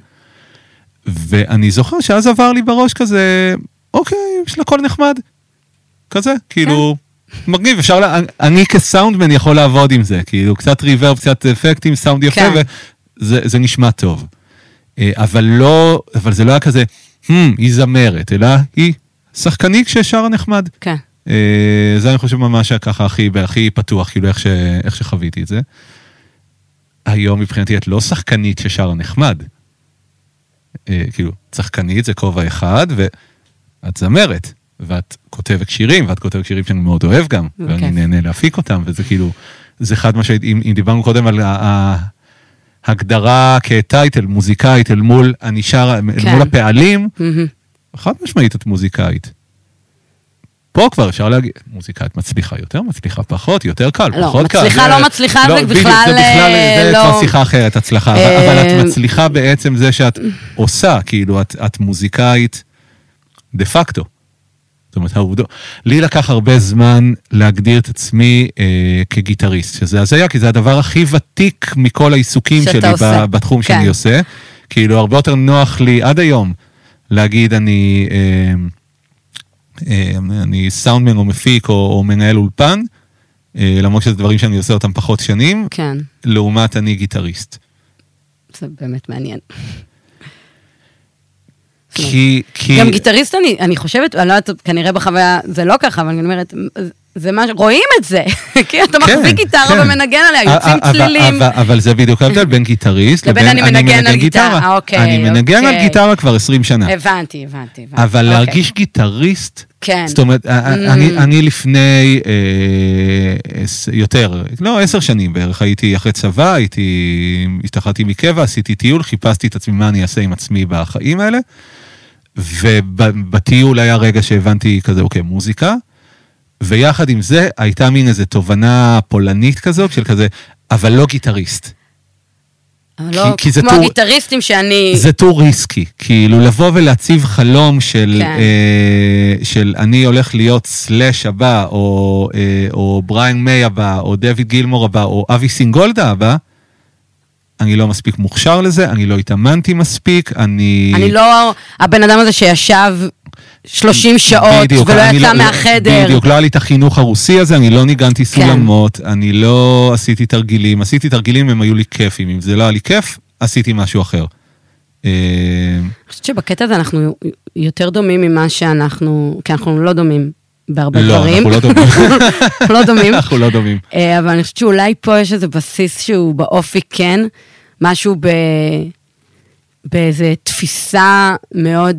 ואני זוכר שאז עבר לי בראש כזה, אוקיי, יש לה קול נחמד. כזה, כאילו, מגניב, אפשר, לה, אני כסאונדמן יכול לעבוד עם זה, כאילו, קצת ריברב, קצת אפקטים, סאונד יפה, וזה זה נשמע טוב. אבל לא, אבל זה לא היה כזה, היא זמרת, אלא היא שחקנית ששרה נחמד. כן. זה אני חושב ממש ככה הכי, הכי פתוח, כאילו, איך, ש, איך שחוויתי את זה. היום מבחינתי את לא שחקנית ששרה נחמד. כאילו, שחקנית זה כובע אחד, ואת זמרת, ואת כותבת שירים, ואת כותבת שירים שאני מאוד אוהב גם, ואני נהנה להפיק אותם, וזה כאילו, זה אחד מה שאם דיברנו קודם על ההגדרה כטייטל, מוזיקאית, אל מול הנשאר, אל מול הפעלים, חד משמעית את מוזיקאית. פה כבר אפשר להגיד, מוזיקאית מצליחה יותר, מצליחה פחות, יותר קל, לא, פחות קל. מצליחה, לא מצליחה, זה בכלל... זה בכלל, זה כבר שיחה אחרת, הצלחה. אבל את מצליחה בעצם זה שאת עושה, כאילו, את מוזיקאית דה פקטו. זאת אומרת, העובדו. לי לקח הרבה זמן להגדיר את עצמי כגיטריסט, שזה הזיה, כי זה הדבר הכי ותיק מכל העיסוקים שלי בתחום שאני עושה. כאילו, הרבה יותר נוח לי עד היום להגיד, אני... אני סאונדמן או מפיק או, או מנהל אולפן, למרות שזה דברים שאני עושה אותם פחות שנים, כן. לעומת אני גיטריסט. זה באמת מעניין. כי, כי... גם גיטריסט אני, אני חושבת, אני לא יודעת, כנראה בחוויה זה לא ככה, אבל אני אומרת, זה מה, רואים את זה, כי אתה מחזיק גיטרה ומנגן עליה, יוצאים צלילים. אבל זה בדיוק ההבדל בין גיטריסט לבין אני מנגן על גיטרה. אני מנגן על גיטרה כבר עשרים שנה. הבנתי, הבנתי. אבל להרגיש גיטריסט, כן. זאת אומרת, אני לפני יותר, לא, עשר שנים בערך, הייתי אחרי צבא, הייתי, השתחררתי מקבע, עשיתי טיול, חיפשתי את עצמי מה אני אעשה עם עצמי בחיים האלה, ובטיול היה רגע שהבנתי כזה, אוקיי, מוזיקה, ויחד עם זה הייתה מין איזו תובנה פולנית כזו, של כזה, אבל לא גיטריסט. אבל לא, כמו הגיטריסטים שאני... זה טור ריסקי, כאילו לבוא ולהציב חלום של, של אני הולך להיות סלש הבא, או, או בריין מיי הבא, או דויד גילמור הבא, או אבי סינגולדה הבא, אני לא מספיק מוכשר לזה, אני לא התאמנתי מספיק, אני... אני לא, הבן אדם הזה שישב שלושים שעות, ולא יצא מהחדר. בדיוק, לא היה לי את החינוך הרוסי הזה, אני לא ניגנתי סולמות, אני לא עשיתי תרגילים, עשיתי תרגילים, הם היו לי כיפים, אם זה לא היה לי כיף, עשיתי משהו אחר. אני חושבת שבקטע הזה אנחנו יותר דומים ממה שאנחנו, כי אנחנו לא דומים בהרבה דברים. לא, אנחנו לא דומים. לא דומים. אנחנו לא דומים. אבל אני חושבת שאולי פה יש איזה בסיס שהוא באופי כן, משהו ב... באיזה תפיסה מאוד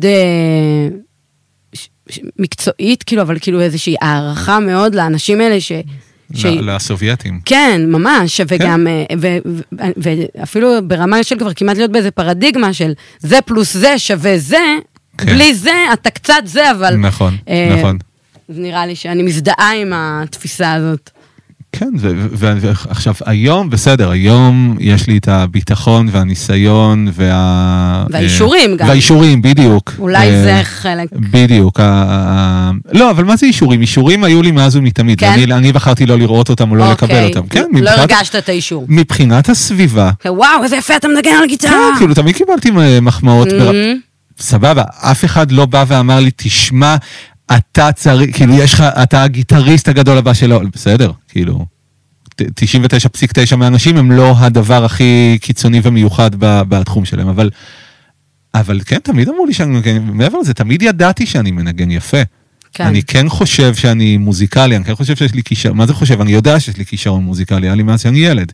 מקצועית, כאילו, אבל כאילו איזושהי הערכה מאוד לאנשים האלה ש... לסובייטים. כן, ממש, וגם, ואפילו ברמה של כבר כמעט להיות באיזה פרדיגמה של זה פלוס זה שווה זה, בלי זה, אתה קצת זה, אבל... נכון, נכון. זה נראה לי שאני מזדהה עם התפיסה הזאת. כן, ועכשיו, היום, בסדר, היום יש לי את הביטחון והניסיון וה... והאישורים גם. והאישורים, בדיוק. אולי זה חלק. בדיוק. לא, אבל מה זה אישורים? אישורים היו לי מאז ומתמיד. אני בחרתי לא לראות אותם או לא לקבל אותם. לא הרגשת את האישור. מבחינת הסביבה. וואו, איזה יפה, אתה מנגן על גיטרה. כן, כאילו, תמיד קיבלתי מחמאות. סבבה, אף אחד לא בא ואמר לי, תשמע, אתה צריך, כאילו יש לך, אתה הגיטריסט הגדול הבא שלו, בסדר, כאילו, תשעים ותשע נקודה תשע מהאנשים הם לא הדבר הכי קיצוני ומיוחד בתחום שלהם, אבל, אבל כן, תמיד אמרו לי שאני מנגן, מעבר לזה, תמיד ידעתי שאני מנגן יפה. כן. אני כן חושב שאני מוזיקלי, אני כן חושב שיש לי כישרון, מה זה חושב? אני יודע שיש לי כישרון מוזיקלי, היה לי מאז שאני ילד.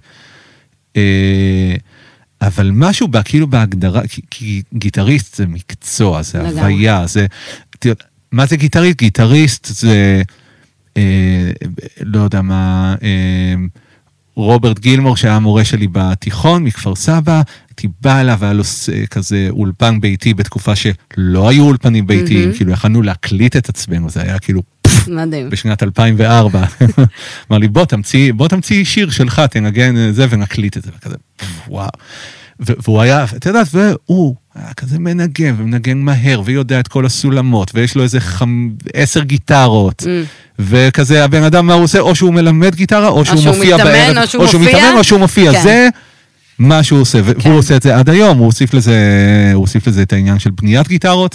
אבל משהו בה, כאילו בהגדרה, כי, כי גיטריסט זה מקצוע, זה הוויה, זה... מה זה גיטריסט? גיטריסט זה, אה, לא יודע מה, אה, רוברט גילמור, שהיה מורה שלי בתיכון, מכפר סבא, הייתי בא אליו, והיה לו כזה אולפן ביתי, בתקופה שלא היו אולפנים ביתיים, mm-hmm. כאילו יכלנו להקליט את עצמנו, זה היה כאילו, מדהים. בשנת אלפיים וארבע. אמר לי, בוא תמציא, בוא תמציא שיר שלך, תנגן זה ונקליט את זה, וכזה, וואו. והוא היה, אתה יודעת, והוא היה כזה מנגן, ומנגן מהר, ויודע את כל הסולמות, ויש לו איזה חמ... עשר גיטרות, וכזה הבן אדם מה הוא עושה, או שהוא מלמד גיטרה, או שהוא מופיע בערב, או שהוא מתאמן, או שהוא מופיע, זה מה שהוא עושה, והוא עושה את זה עד היום, הוא הוסיף לזה, הוא הוסיף לזה את העניין של בניית גיטרות,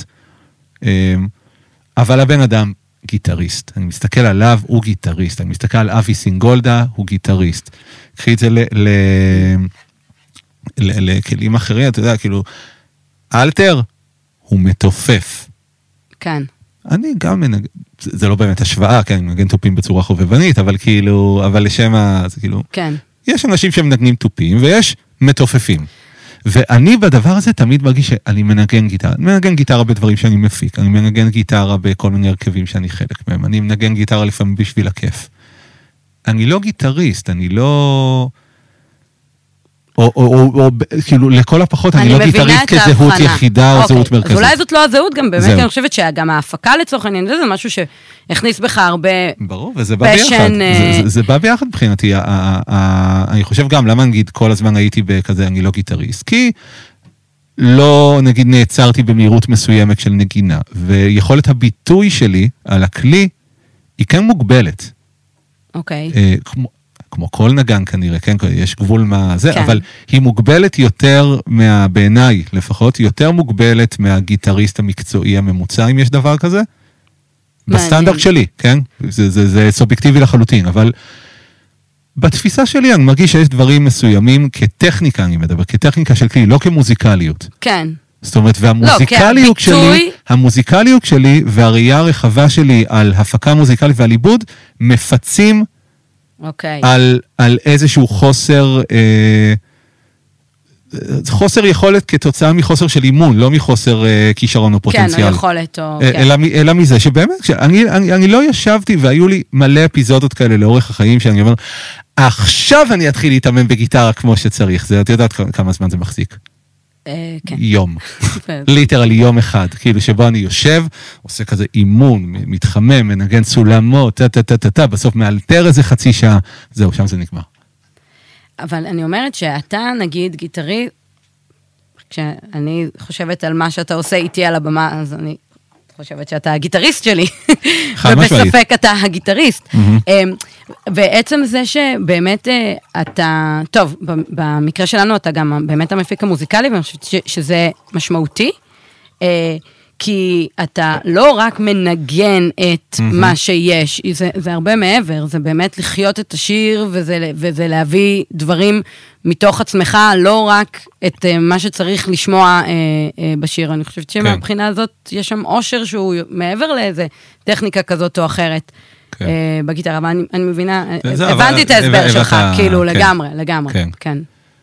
אבל הבן אדם גיטריסט, אני מסתכל עליו, הוא גיטריסט, אני מסתכל על אבי סינגולדה, הוא גיטריסט, קחי את זה ל... לכלים אחרים, אתה יודע, כאילו, אלתר הוא מתופף. כן. אני גם מנגן, זה לא באמת השוואה, כן, אני מנגן טופים בצורה חובבנית, אבל כאילו, אבל לשם ה... זה כאילו, כן. יש אנשים שמנגנים טופים, ויש מתופפים. ואני בדבר הזה תמיד מרגיש שאני מנגן גיטרה. אני מנגן גיטרה בדברים שאני מפיק, אני מנגן גיטרה בכל מיני הרכבים שאני חלק מהם, אני מנגן גיטרה לפעמים בשביל הכיף. אני לא גיטריסט, אני לא... או, או, או, או כאילו, לכל הפחות, אני, אני לא גיטריסט כזהות יחידה או אוקיי. זהות מרכזית. אז אולי זאת לא הזהות גם, באמת, אני חושבת שגם ההפקה לצורך העניין, זה משהו שהכניס בך הרבה ברור, וזה בא ביחד. זה, זה, זה בא ביחד מבחינתי. אני חושב גם, למה נגיד כל הזמן הייתי בכזה, אני לא גיטריסט? כי לא, נגיד, נעצרתי במהירות מסוימת של נגינה, ויכולת הביטוי שלי על הכלי, היא כן מוגבלת. אוקיי. כמו, כמו כל נגן כנראה, כן, יש גבול מה זה, כן. אבל היא מוגבלת יותר, מה, בעיניי לפחות, יותר מוגבלת מהגיטריסט המקצועי הממוצע, אם יש דבר כזה, בסטנדרט שלי, כן? זה, זה, זה סובייקטיבי לחלוטין, אבל בתפיסה שלי אני מרגיש שיש דברים מסוימים כטכניקה, אני מדבר, כטכניקה של כלי, לא כמוזיקליות. כן. זאת אומרת, והמוזיקליות לא, שלי, המוזיקליות שלי והראייה הרחבה שלי על הפקה מוזיקלית ועל עיבוד, מפצים אוקיי. על, על איזשהו חוסר, אה, חוסר יכולת כתוצאה מחוסר של אימון, לא מחוסר אה, כישרון או פוטנציאל. כן, או יכולת, או... אה, כן. אלא, אלא מזה, שבאמת, אני, אני, אני לא ישבתי והיו לי מלא אפיזודות כאלה לאורך החיים, שאני אומר, עכשיו אני אתחיל להתאמן בגיטרה כמו שצריך. זה, את יודעת כמה זמן זה מחזיק? כן. יום. ליטרלי יום אחד, כאילו שבו אני יושב, עושה כזה אימון, מתחמם, מנגן סולמות, טה, טה, טה, טה, טה, בסוף מאלתר איזה חצי שעה, זהו, שם זה נגמר. אבל אני אומרת שאתה, נגיד, גיטרי, כשאני חושבת על מה שאתה עושה איתי על הבמה, אז אני חושבת שאתה הגיטריסט שלי, ובספק אתה הגיטריסט. ועצם זה שבאמת אתה, טוב, במקרה שלנו אתה גם באמת המפיק המוזיקלי, ואני חושבת שזה משמעותי, כי אתה לא רק מנגן את מה שיש, זה, זה הרבה מעבר, זה באמת לחיות את השיר, וזה, וזה להביא דברים מתוך עצמך, לא רק את מה שצריך לשמוע בשיר. אני חושבת שמבחינה הזאת יש שם אושר שהוא מעבר לאיזה טכניקה כזאת או אחרת. בגיטרה, אבל אני מבינה, הבנתי את ההסבר שלך, כאילו לגמרי, לגמרי, כן.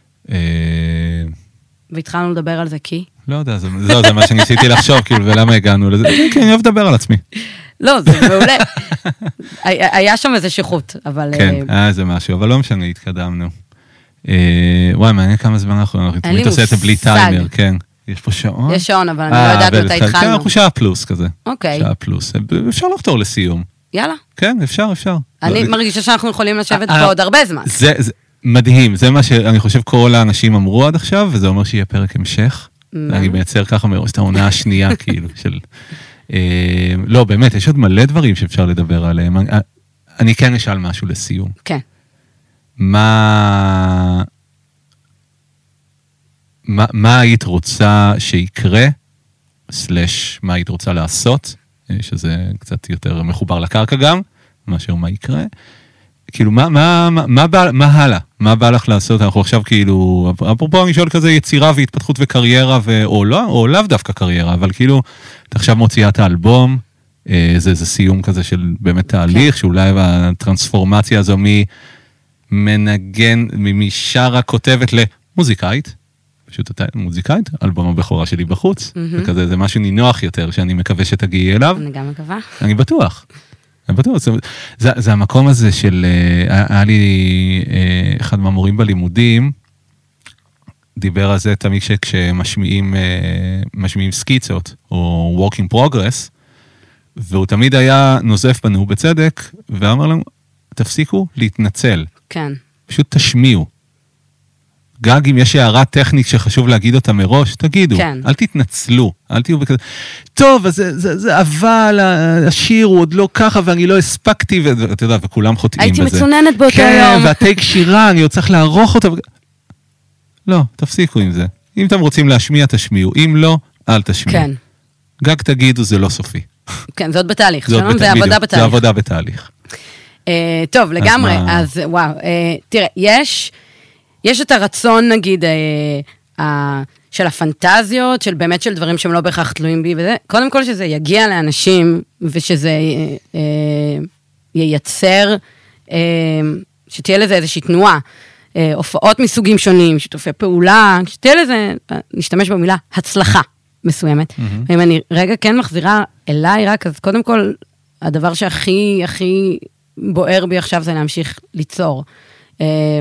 והתחלנו לדבר על זה כי? לא יודע, זה מה שניסיתי לחשוב, כאילו, ולמה הגענו לזה? כן, אני אוהב לדבר על עצמי. לא, זה מעולה. היה שם איזה שיחות, אבל... כן, היה איזה משהו, אבל לא משנה, התקדמנו. וואי, מעניין כמה זמן אנחנו, אנחנו תמיד עושה את זה בלי טיימר, כן. יש פה שעון? יש שעון, אבל אני לא יודעת מתי התחלנו. כן, אנחנו שעה פלוס כזה. אוקיי. שעה פלוס. אפשר לחתור לסיום. יאללה. כן, אפשר, אפשר. אני מרגישה שאנחנו יכולים לשבת פה עוד הרבה זמן. זה מדהים, זה מה שאני חושב כל האנשים אמרו עד עכשיו, וזה אומר שיהיה פרק המשך. אני מייצר ככה מראש את העונה השנייה, כאילו, של... לא, באמת, יש עוד מלא דברים שאפשר לדבר עליהם. אני כן אשאל משהו לסיום. כן. מה... מה, מה היית רוצה שיקרה, סלש, מה היית רוצה לעשות, שזה קצת יותר מחובר לקרקע גם, מאשר מה יקרה. כאילו, מה, מה, מה, מה, בא, מה הלאה? מה בא לך לעשות? אנחנו עכשיו כאילו, אפרופו אני שואל כזה יצירה והתפתחות וקריירה, ו... או, לא, או לאו דווקא קריירה, אבל כאילו, אתה עכשיו מוציאה את האלבום, זה, זה סיום כזה של באמת תהליך, שאולי הטרנספורמציה הזו ממנגן, משרה כותבת למוזיקאית, פשוט אתה מוזיקאית, אלבום הבכורה שלי בחוץ, וכזה זה משהו נינוח יותר, שאני מקווה שתגיעי אליו. אני גם מקווה. אני בטוח. אני בטוח. זה, זה, זה המקום הזה של, היה לי אחד מהמורים בלימודים, דיבר על זה תמיד כשמשמיעים משמיעים סקיצות, או work in progress, והוא תמיד היה נוזף בנו בצדק, ואמר לנו, תפסיקו להתנצל. כן. פשוט תשמיעו. גג אם יש הערה טכנית שחשוב להגיד אותה מראש, תגידו, כן. אל תתנצלו, אל תהיו בכזה, טוב, אז זה, זה, זה, אבל השיר הוא עוד לא ככה, ואני לא הספקתי, ואתה יודע, וכולם חוטאים בזה. הייתי מצוננת באותו כן, יום. והטייק שירה, אני עוד צריך לערוך אותה. לא, תפסיקו עם זה. אם אתם רוצים להשמיע, תשמיעו. אם לא, אל תשמיעו. כן. גג תגידו, זה לא סופי. כן, זה עוד בתהליך. זה, בת... זה עבודה בתהליך. זה עבודה בתהליך. Uh, טוב, לגמרי. אז, מה... אז וואו, uh, תראה, יש... יש את הרצון, נגיד, אה, אה, של הפנטזיות, של באמת של דברים שהם לא בהכרח תלויים בי, וזה, קודם כל שזה יגיע לאנשים, ושזה אה, אה, ייצר, אה, שתהיה לזה איזושהי תנועה, אה, הופעות מסוגים שונים, שיתופי פעולה, שתהיה לזה, נשתמש במילה, הצלחה מסוימת. Mm-hmm. ואם אני רגע כן מחזירה אליי רק, אז קודם כל, הדבר שהכי, הכי בוער בי עכשיו זה להמשיך ליצור. אה,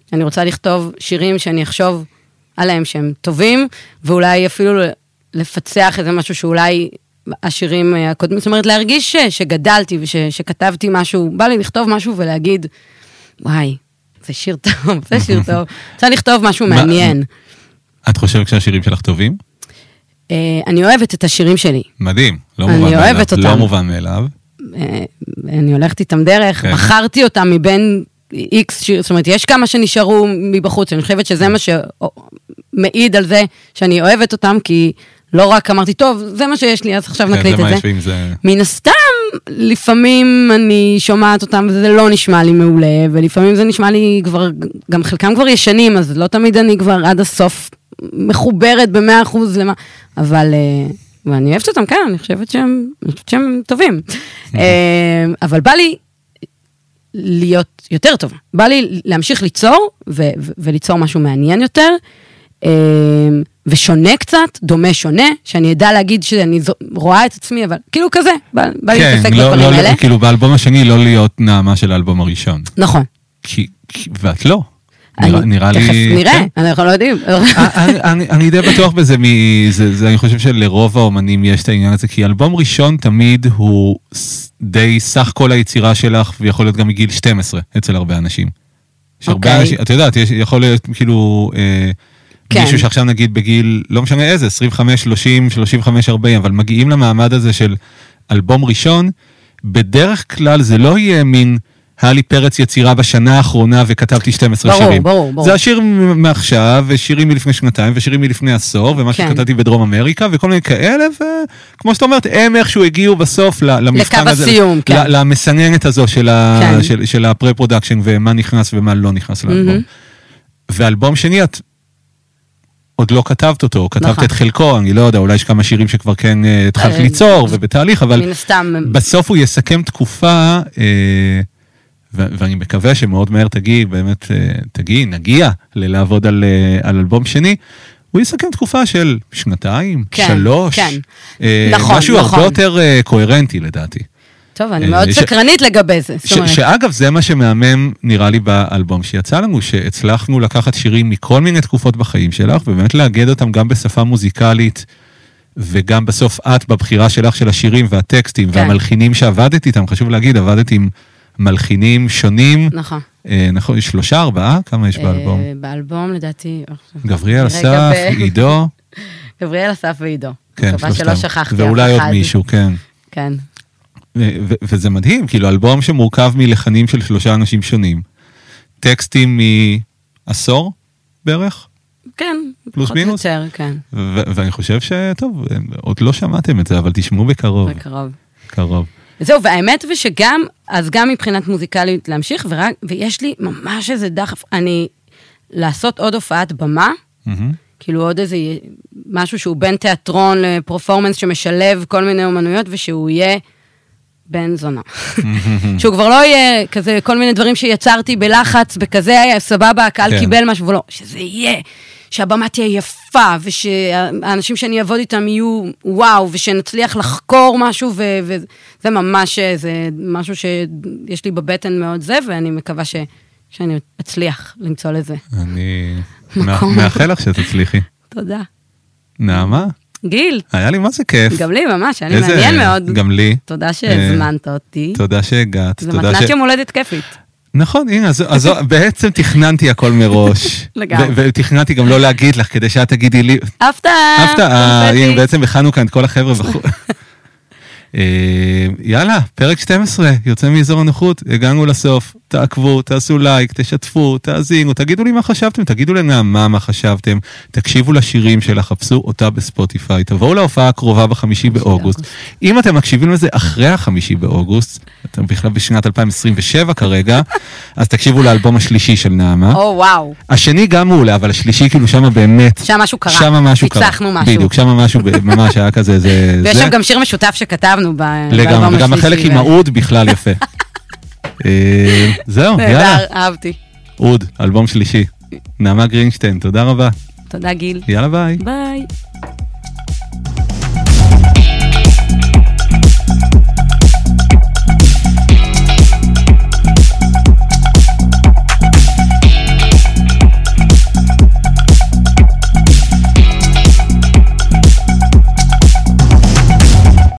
אני רוצה לכתוב שירים שאני אחשוב עליהם שהם טובים, ואולי אפילו לפצח איזה משהו שאולי השירים הקודמים, זאת אומרת, להרגיש ש, שגדלתי ושכתבתי משהו, בא לי לכתוב משהו ולהגיד, וואי, זה שיר טוב, זה שיר טוב. רוצה לכתוב משהו מעניין. את חושבת שהשירים שלך טובים? אני אוהבת את השירים שלי. מדהים, לא מובן מאליו. אני אוהבת אותם. לא מובן מאליו. אני הולכת איתם דרך, בחרתי אותם מבין איקס שיר, זאת אומרת, יש כמה שנשארו מבחוץ, אני חושבת שזה מה שמעיד על זה שאני אוהבת אותם, כי לא רק אמרתי, טוב, זה מה שיש לי, אז עכשיו נקליט את זה. מן הסתם, לפעמים אני שומעת אותם, וזה לא נשמע לי מעולה, ולפעמים זה נשמע לי כבר, גם חלקם כבר ישנים, אז לא תמיד אני כבר עד הסוף מחוברת במאה אחוז למה, אבל, ואני אוהבת אותם, כן, אני חושבת שהם, אני חושבת שהם טובים. אבל בא לי להיות יותר טובה. בא לי להמשיך ליצור, ו- ו- וליצור משהו מעניין יותר, ושונה קצת, דומה שונה, שאני ידע להגיד שאני רואה את עצמי, אבל כאילו כזה, בא, בא לי להתעסק לא, בדברים לא, האלה. לא, כאילו באלבום השני לא להיות נעמה של האלבום הראשון. נכון. כי, ואת לא. אני, נראה, נראה תכף לי... נראה, כן? אנחנו לא יודעים. אני, אני, אני די בטוח בזה, מ, זה, זה, אני חושב שלרוב האומנים יש את העניין הזה, כי אלבום ראשון תמיד הוא די סך כל היצירה שלך, ויכול להיות גם מגיל שתים עשרה, אצל הרבה אנשים. יש הרבה אנשים, את יודעת, יש, יכול להיות כאילו... אה, כן. מישהו שעכשיו נגיד בגיל, לא משנה איזה, עשרים וחמש, שלושים, שלושים וחמש, ארבעים, אבל מגיעים למעמד הזה של אלבום ראשון, בדרך כלל זה לא יהיה מין, היה לי פרץ יצירה בשנה האחרונה וכתבתי שתים עשרה ברור, שירים. ברור, ברור. זה השיר מעכשיו, ושירים מלפני שנתיים, ושירים מלפני עשור, ומה כן. שכתבתי בדרום אמריקה, וכל מיני כאלה, וכמו שאתה אומרת, הם איכשהו הגיעו בסוף למבחן הזה, הסיום, כן. למסננת הזו של, ה, כן. של, של הפרה-פרודקשן, ומה נכנס ומה לא נכנס לאלבום. Mm-hmm. ואלבום שני, את עוד לא כתבת אותו, כתבת נכון. את חלקו, אני לא יודע, אולי יש כמה שירים שכבר כן התחלת ליצור ובתהליך, אבל בסוף הוא יסכם תקופה, ו- ואני מקווה שמאוד מהר תגיעי, באמת תגיעי, נגיע ללעבוד על, על אלבום שני, הוא יסכם תקופה של שנתיים, כן, שלוש, כן. נכון, משהו נכון. הרבה יותר קוהרנטי לדעתי. טוב, אני מאוד ש... סקרנית לגבי זה. ש... שאגב, זה מה שמאמם נראה לי באלבום שיצא לנו, שהצלחנו לקחת שירים מכל מיני תקופות בחיים שלך, ובאמת להגד אותם גם בשפה מוזיקלית, וגם בסוף את בבחירה שלך של השירים והטקסטים, כן. והמלחינים שעבדת איתם, חשוב להגיד, עבדת עם מלחינים שונים. נכון. אה, נכון, שלושה, ארבעה? כמה יש באלבום? אה, באלבום, לדעתי... גבריאל אסף, ב... עידו. גבריאל אסף ועידו. כן, שלושתם. שלא שכחתי ואולי עוד מישהו, כן. כן. ו- וזה מדהים, כאילו אלבום שמורכב מלחנים של שלושה אנשים שונים, טקסטים מעשור בערך? כן, פלוס מינוס? יותר, כן. ו- ואני חושב שטוב, עוד לא שמעתם את זה, אבל תשמעו בקרוב. בקרוב. קרוב. זהו, והאמת ושגם, אז גם מבחינת מוזיקלית להמשיך, ורק, ויש לי ממש איזה דחף, אני לעשות עוד הופעת במה, mm-hmm. כאילו עוד איזה משהו שהוא בין תיאטרון לפרפורמנס שמשלב כל מיני אומנויות, ושהוא יהיה בן זונה. שהוא כבר לא יהיה כזה, כל מיני דברים שיצרתי בלחץ, בכזה, סבבה, הקהל קיבל משהו, ולא, שזה יהיה, שהבמה תהיה יפה, ושהאנשים שאני אעבוד איתם יהיו וואו, ושנצליח לחקור משהו, וזה ממש, זה משהו שיש לי בבטן מאוד זה, ואני מקווה שאני אצליח למצוא לזה. אני מאחל לך שתצליחי. תודה. נעמה? גיל. היה לי מה זה כיף. גם לי ממש, היה לי מעניין מאוד. גם לי. תודה שהזמנת אותי. תודה שהגעת. זה מתנת יום הולדת כיפית. נכון, הנה, אז בעצם תכננתי הכל מראש. לגמרי. ותכננתי גם לא להגיד לך, כדי שאת תגידי לי. הפתעה. הפתעה, הנה, בעצם הכנו כאן את כל החבר'ה בחור. יאללה, פרק שתים עשרה, יוצא מאזור הנוחות, הגענו לסוף, תעקבו, תעשו לייק, תשתפו, תאזינו, תגידו לי מה חשבתם, תגידו לנעמה מה חשבתם, תקשיבו לשירים שלה, חפשו אותה בספוטיפיי, תבואו להופעה הקרובה בחמישי באוגוסט. אם אתם מקשיבים לזה אחרי החמישי באוגוסט, אתם בכלל בשנת אלפיים עשרים ושבע כרגע, אז תקשיבו לאלבום השלישי של נעמה. או וואו. השני גם מעולה, אבל השלישי כאילו שמה באמת, שם משהו קרה. שמה משהו קרה. פיצחנו משהו. בדיוק, שמה משהו ממש היה כזה, זה... ויש שם גם שיר משותף שכתבנו לגמרי, וגם החלק עם האוד בכלל יפה. זהו, יאללה. אהבתי. אוד, אלבום שלישי. נעמה גרינשטיין, תודה רבה. תודה גיל. יאללה ביי. ביי.